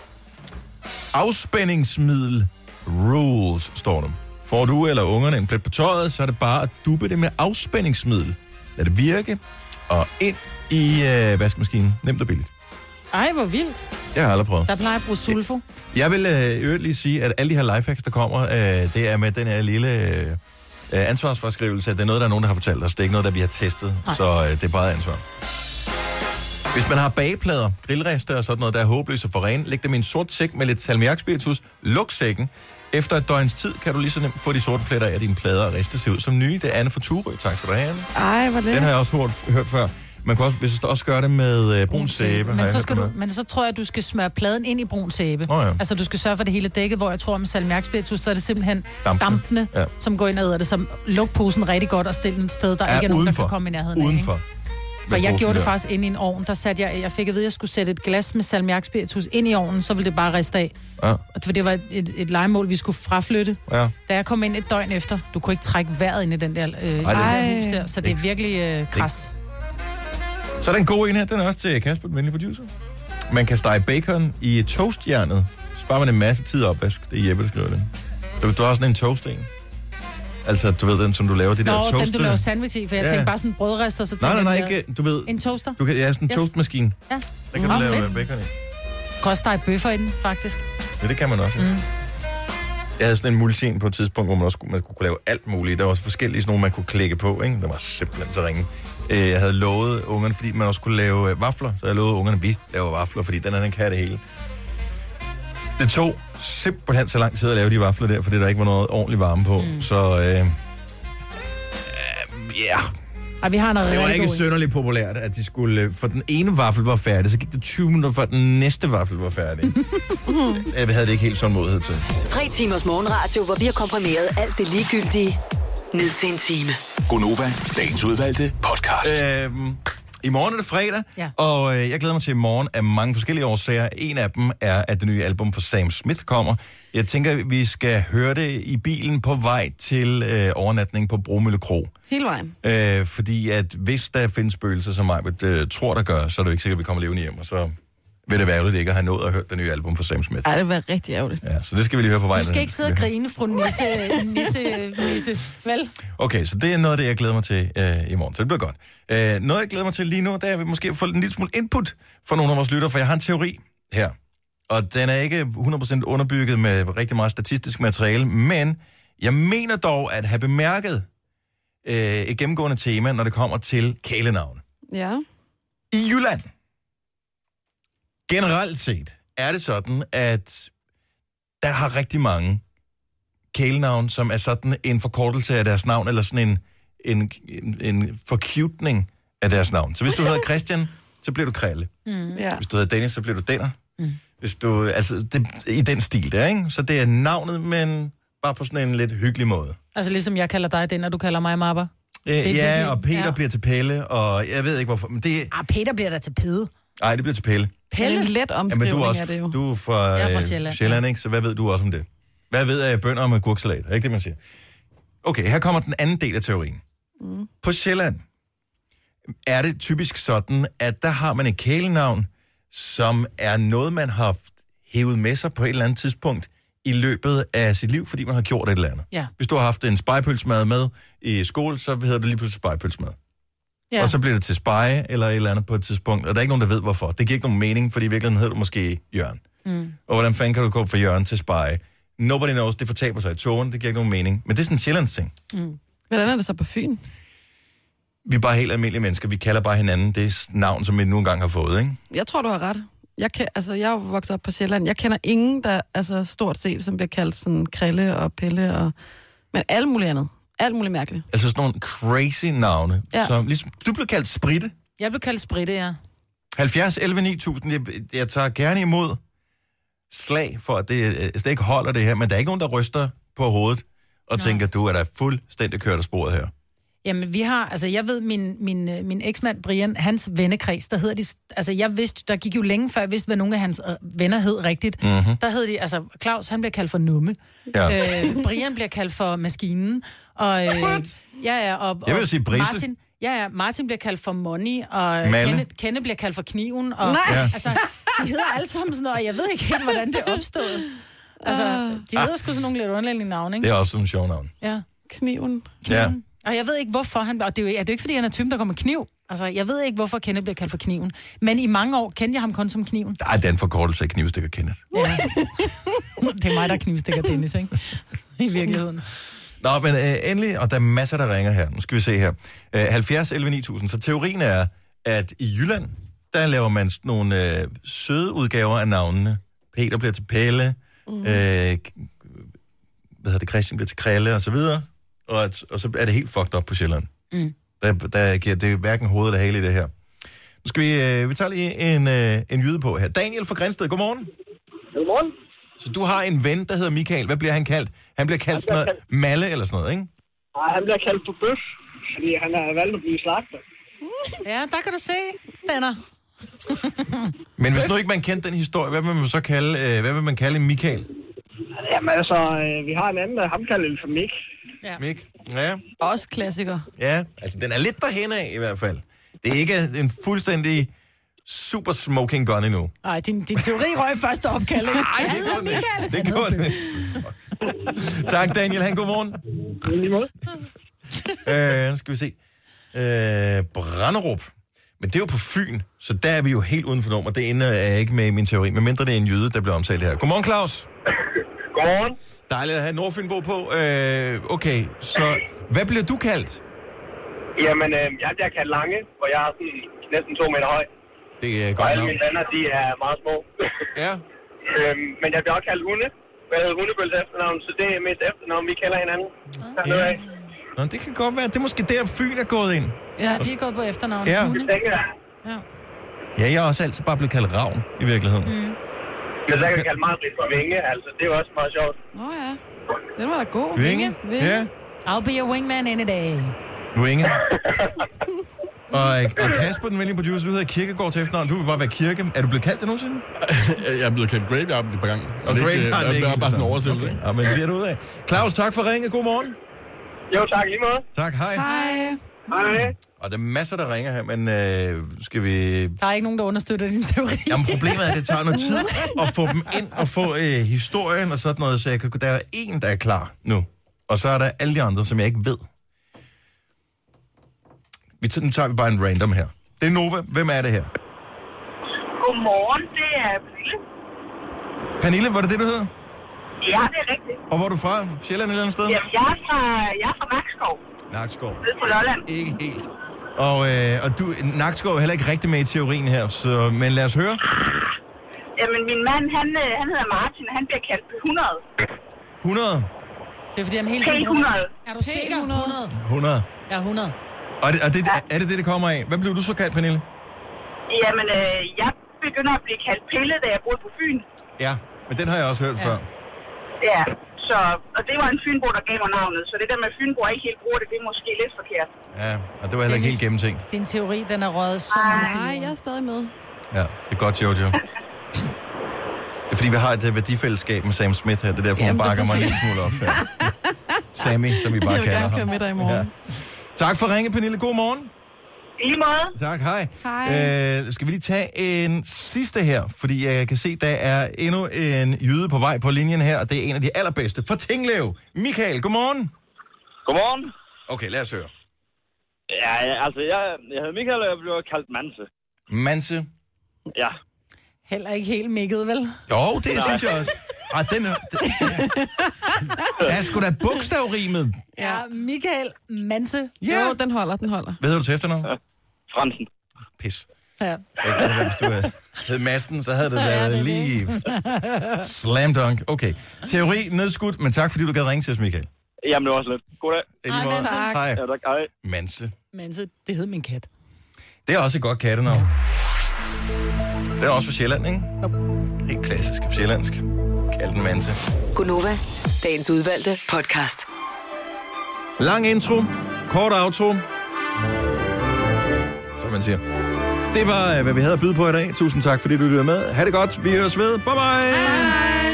afspændingsmiddel rules, står der. Får du eller ungerne en plet på tøjet, så er det bare at duppe det med afspændingsmiddel. Lad det virke, og ind i øh, vaskemaskinen. Nemt og billigt. Ej, hvor vildt. Jeg har aldrig prøvet. Der plejer at bruge sulfo. Jeg vil øh, øvrigt lige sige, at alle de her lifehacks, der kommer, øh, det er med den her lille øh, ansvarsforskrivelse. Det er noget, der er nogen, der har fortalt os. Det er ikke noget, der vi har testet, Nej. så øh, det er bare ansvar. Hvis man har bageplader, grillrester og sådan noget, der er håbløse for ren, læg dem i en sort sæk med lidt salmiakspiritus, luk sækken. Efter et døgns tid kan du lige så nemt få de sorte pletter af dine plader og riste se ud som nye. Det er Anne fra Turø. Tak skal du have, Anne. Ej, hvad det? Den har jeg også hørt, hørt før. Man kan også, hvis du også gøre det med øh, brun sæbe. Men så, skal du, men så tror jeg, at du skal smøre pladen ind i brun sæbe. Oh, ja. Altså, du skal sørge for det hele dækket, hvor jeg tror, med salmiakspiritus, så er det simpelthen dampene, dampene ja. som går ind og æder det. Som luk posen rigtig godt og stille den sted, der ja, ikke er nogen, udenfor. Der kan komme i nærheden udenfor. af. For jeg gjorde det der. faktisk ind i en ovn. Der satte jeg, jeg fik at vide, at jeg skulle sætte et glas med salmiakspiritus ind i ovnen, så ville det bare riste af. Ja. For det var et, et, et legemål, vi skulle fraflytte. Ja. Da jeg kom ind et døgn efter, du kunne ikke trække vejret ind i den der, øh, Ej, der hus der, så det er virkelig øh, kras. Så er der en god en her, den er også til Kasper, den venlige producer. Man kan stege bacon i toastjernet. Sparer man en masse tid op, det er Jeppe, der skriver det. Du, du har sådan en toast-en. Altså, du ved den, som du laver, de Nå, der toaster. den du laver sandwich i, for jeg ja. tænkte bare sådan en brødrester, så tænkte nej, nej, jeg... Nej, ikke, du ved... En toaster? Du kan, ja, sådan en yes. toastmaskine. Ja. Der kan oh, du lave fedt. bacon i. Du kan også stege bøffer i den, faktisk. Ja, det kan man også. Ja. Mm. Jeg havde sådan en multisin på et tidspunkt, hvor man også man kunne lave alt muligt. Der var også forskellige sådan nogle, man kunne klikke på, ikke? Der var simpelthen så ringe. Jeg havde lovet ungerne, fordi man også kunne lave vafler, så jeg lovede ungerne, at vi laver vafler, fordi den anden kan det hele. Det tog simpelthen så lang tid at lave de vafler der, fordi der ikke var noget ordentligt varme på. Mm. Så, øh, ja... Og vi har noget det var ikke synderligt populært, at de skulle... For den ene vaffel var færdig, så gik det tyve minutter, før den næste vaffel var færdig. Jeg havde det ikke helt sådan modighed til. Tre timers morgenradio, hvor vi har komprimeret alt det ligegyldige ned til en time. Gonova, dagens udvalgte podcast. Øhm, I morgen er det fredag, ja. og øh, jeg glæder mig til i morgen af mange forskellige årsager. En af dem er, at det nye album fra Sam Smith kommer. Jeg tænker, vi skal høre det i bilen på vej til øh, overnatning på Bromølle Kro. Hele vejen. Øh, fordi at hvis der findes spøgelser, som jeg øh, tror, der gør, så er det jo ikke sikkert, at vi kommer levende hjem, og så vil det være ærgerligt ikke at have nået at høre det nye album fra Sam Smith. Ej, det vil være rigtig ærgerligt. Ja, så det skal vi lige høre på vejen. Du skal ikke sidde og grine, fru Nisse, Nisse, Nisse, vel? Okay, så det er noget af det, jeg glæder mig til øh, i morgen, så det bliver godt. Øh, noget, jeg glæder mig til lige nu, der er vi måske få en lille smule input fra nogle af vores lyttere, for jeg har en teori her. Og den er ikke hundrede procent underbygget med rigtig meget statistisk materiale, men jeg mener dog at have bemærket øh, et gennemgående tema, når det kommer til kælenavn. Ja. I Jylland, generelt set, er det sådan, at der har rigtig mange kælenavn, som er sådan en forkortelse af deres navn, eller sådan en, en, en, en forcutning af deres navn. Så hvis du hedder Christian, så bliver du Kralle. Mm. Ja. Hvis du hedder Dennis, så bliver du Denner. Mm. Hvis du, altså, det, i den stil der, ikke? Så det er navnet, men bare på sådan en lidt hyggelig måde. Altså ligesom jeg kalder dig Denner, du kalder mig Mapper. Øh, ja, det, og Peter ja. bliver til Pelle, og jeg ved ikke hvorfor, men det... Ah, Peter bliver der til Pede. Nej, det bliver til Pelle. Pelle? En let omskrivning ja, men du er også, er det jo. Du er fra, jeg er fra Sjælland, Sjælland ikke? Så hvad ved du også om det? Hvad ved jeg bønner om agurksalat? Er ikke det, man siger? Okay, her kommer den anden del af teorien. Mm. På Sjælland er det typisk sådan, at der har man et kælenavn, som er noget, man har hævet med sig på et eller andet tidspunkt i løbet af sit liv, fordi man har gjort et eller andet. Ja. Hvis du har haft en spejepølsemad med i skole, så hedder det lige pludselig spejepølsemad. Ja. Og så bliver det til speje eller et eller andet på et tidspunkt, og der er ikke nogen, der ved hvorfor. Det giver ikke nogen mening, fordi i virkeligheden hedder du måske Jørgen. Mm. Og hvordan fanden kan du gå fra Jørgen til speje? Nobody knows, det fortaber sig i togen, det giver ikke nogen mening. Men det er sådan en Sjællands ting. Mm. Hvordan er det så på Fyn? Vi er bare helt almindelige mennesker, vi kalder bare hinanden det navn, som vi nu engang har fået, ikke? Jeg tror, du har ret. Jeg, kan, altså, jeg er jo vokset op på Sjælland. Jeg kender ingen, der altså, stort set, som bliver kaldt sådan Krille og Pelle, og... men alt muligt andet. Alt muligt mærkeligt. Altså sådan nogle crazy navne. Ja. Som, ligesom, du blev kaldt Spritte. Jeg blev kaldt Spritte, ja. halvfjerds elleve ni tusind. Jeg, jeg tager gerne imod slag for, at det slet ikke holder det her, men der er ikke nogen, der ryster på hovedet og Nej. tænker, du er da fuldstændig kørt af sporet her. Jamen, vi har, altså jeg ved, min, min, min eksmand Brian, hans vennekreds, der hedder de, altså jeg vidste, der gik jo længe før, jeg vidste, hvad nogle af hans venner hed rigtigt. Mm-hmm. Der hed de, altså Claus, han bliver kaldt for Numme. Ja. Øh, Brian bliver kaldt for Maskinen. Og, øh, ja, ja, og, jeg vil sige Brisse. Martin, Ja, ja, Martin bliver kaldt for Money, og Malle. Kenne, Kenne bliver kaldt for Kniven. Og, Nej. Ja. Altså, de hedder alle sammen sådan noget, og jeg ved ikke helt, hvordan det er opstået. Altså, de hedder sgu sådan nogle lidt underlige navne, ikke? Det er også en sjov navn. Ja. Kniven. Ja. Og jeg ved ikke, hvorfor han... Og det er jo, er det jo ikke, fordi han er typen, der går med kniv. Altså, jeg ved ikke, hvorfor Kenneth bliver kaldt for Kniven. Men i mange år kendte jeg ham kun som Kniven. Ej, den forkortelse af knivstikker Kenneth. Ja. Det er mig, der knivstikker Dennis, ikke? I virkeligheden. Nå, men øh, endelig, og der er masser, der ringer her. Nu skal vi se her. Øh, halvfjerds elleve ni tusind. Så teorien er, at i Jylland, der laver man sådan nogle øh, søde udgaver af navnene. Peter bliver til Pelle, mm. øh, hvad hedder det, Christian bliver til Krille, og så videre. Og, at, og så er det helt fucked up på Sjælland. Mm. Der, der giver det er hverken hoved eller hale i det her. Nu skal vi, øh, vi tager lige en, øh, en jyde på her. Daniel fra Grænsted, godmorgen. Godmorgen. Så du har en ven, der hedder Michael. Hvad bliver han kaldt? Han bliver kaldt sådan noget kaldt... Malle eller sådan noget, ikke? Nej, han bliver kaldt for bøf, fordi han har valgt at blive slagter. Ja, der kan du se, venner. Men hvis nu ikke man kendte den historie, hvad vil man så kalde, øh, hvad vil man kalde en Michael? Jamen altså, øh, vi har en anden, der ham kalder det for Mik. Ja. Mik? Ja. Også klassiker. Ja, altså den er lidt derhen af i hvert fald. Det er ikke en fuldstændig super smoking gun endnu. Nej, din, din teori røg først opkald. Nej, det går det. Det går det. Tak, Daniel. Han, godmorgen. Lige måde. Øh, nu skal vi se. Øh, Branderup. Men det er jo på Fyn, så der er vi jo helt uden for nummer. Det ender er ikke med i min teori, men mindre det er en jyde, der bliver omtalt her. Godmorgen, Claus. Godmorgen. Dejligt at have Nordfynbo på. Øh, okay, så hvad bliver du kaldt? Jamen, øh, jeg bliver kaldt Lange, og jeg er sådan næsten to meter høj. Det er Og godt alle nok. mine venner, de er meget små. Ja. øhm, men jeg bliver også kaldt Hunde. Jeg hedder Hundebøls efternavn, så det er mest efternavn, vi kalder hinanden. Ja. Nå, det kan godt være. Det er måske der, Fyn er gået ind. Ja, de er gået på efternavn. Ja. Hunde. Det tænker jeg. Ja. Ja, jeg er også altid bare blevet kaldt Ravn, i virkeligheden. Mm. Men så kan jeg kalde meget for Vinge, altså. Det er jo også meget sjovt. Nå ja, den var da god. Vinge? Ja. I'll be a wingman any day. Vinge. Og, og Kasper, den venlige producer, du hedder Kirkegaard til efternavn. Du vil bare være Kirke. Er du blevet kaldt det nogensinde? Jeg er blevet kaldt Graveyard et par gange. Og Graveyard er ikke bare sådan en oversættelse. Okay. Ja, men det bliver du ud af. Claus, tak for ringe. God morgen. Jo, tak lige måde. Tak, hej. Hej. Hej. Og der er masser, der ringer her, men øh, skal vi... Der er ikke nogen, der understøtter din teori. Jamen, problemet er, at det tager noget tid at få dem ind og få øh, historien og sådan noget, så jeg kan... der er en, der er klar nu. Og så er der alle de andre, som jeg ikke ved. Vi tager, nu tager vi bare en random her. Det er Nova. Hvem er det her? Godmorgen, det er Pernille. Pernille, var det det, du hedder? Ja, det er rigtigt. Og hvor er du fra? Sjælland et eller andet sted? Jamen, jeg er fra, jeg er fra Nakskov. Nakskov. Nede på Lolland. Ikke helt. Og, øh, og du, Nakskov er heller ikke rigtig med i teorien her, så, men lad os høre. Jamen, min mand, han, øh, han hedder Martin, og han bliver kaldt P hundrede. hundrede? Det er fordi, han hele P tiden... hundrede. Er du sikker? hundrede? hundrede. Ja, hundrede. Og, det, og det, er det det, det kommer af? Hvad blev du så kaldt, Pernille? Jamen, øh, jeg begynder at blive kaldt Pille, da jeg boede på Fyn. Ja, men den har jeg også hørt ja. før. Ja, så, og det var en fynbo, der gav mig navnet. Så det der med fynbo, jeg ikke helt bruger det, det er måske lidt forkert. Ja, og det var heller ikke helt gennemtænkt. Din teori, den er røget så meget til. Nej, jeg er stadig med. Ja, det er godt, Jojo. Det er fordi, vi har et værdifællesskab med Sam Smith her. Det er derfor, hun bakker mig en lille smule op her. Sammy, som vi bare kalder ham. Jeg vil gerne køre med dig i morgen. Ja. Tak for ringe, Pernille. God morgen. I lige måde. Tak, hej. Hej. Øh, skal vi lige tage en sidste her? Fordi jeg kan se, der er endnu en jyde på vej på linjen her, og det er en af de allerbedste. Fra Tinglev. Michael, godmorgen. Godmorgen. Okay, lad os høre. Ja, altså, jeg, jeg hedder Michael, og jeg bliver kaldt Manse. Manse? Ja. Heller ikke helt mikket, vel? Jo, det synes jeg også. Ah, den, den, der er sgu da bogstavrimet. Ja, Michael Manse. Ja. Jo, den holder, den holder. Hvad hedder du til efternavn? Ja. Fransen. Pis. Ja. Hvis du hed Madsen, så havde det været ja, det lige slam dunk. Okay. Teori nedskudt, men tak fordi du gad ringe til os, Michael. Jamen, det var også lidt. Goddag. Hej, Manse. Hej. Ja, tak. Hej. Manse. Manse, det hed min kat. Det er også et godt kattenavn. Det er også for Sjælland, ikke? Helt klassisk sjællandsk. Kald den Manse. Gunova, dagens udvalgte podcast. Lang intro, kort outro. Som man siger. Det var, hvad vi havde at byde på i dag. Tusind tak, fordi du lyttede med. Ha' det godt. Vi høres ved. Bye bye. Hej.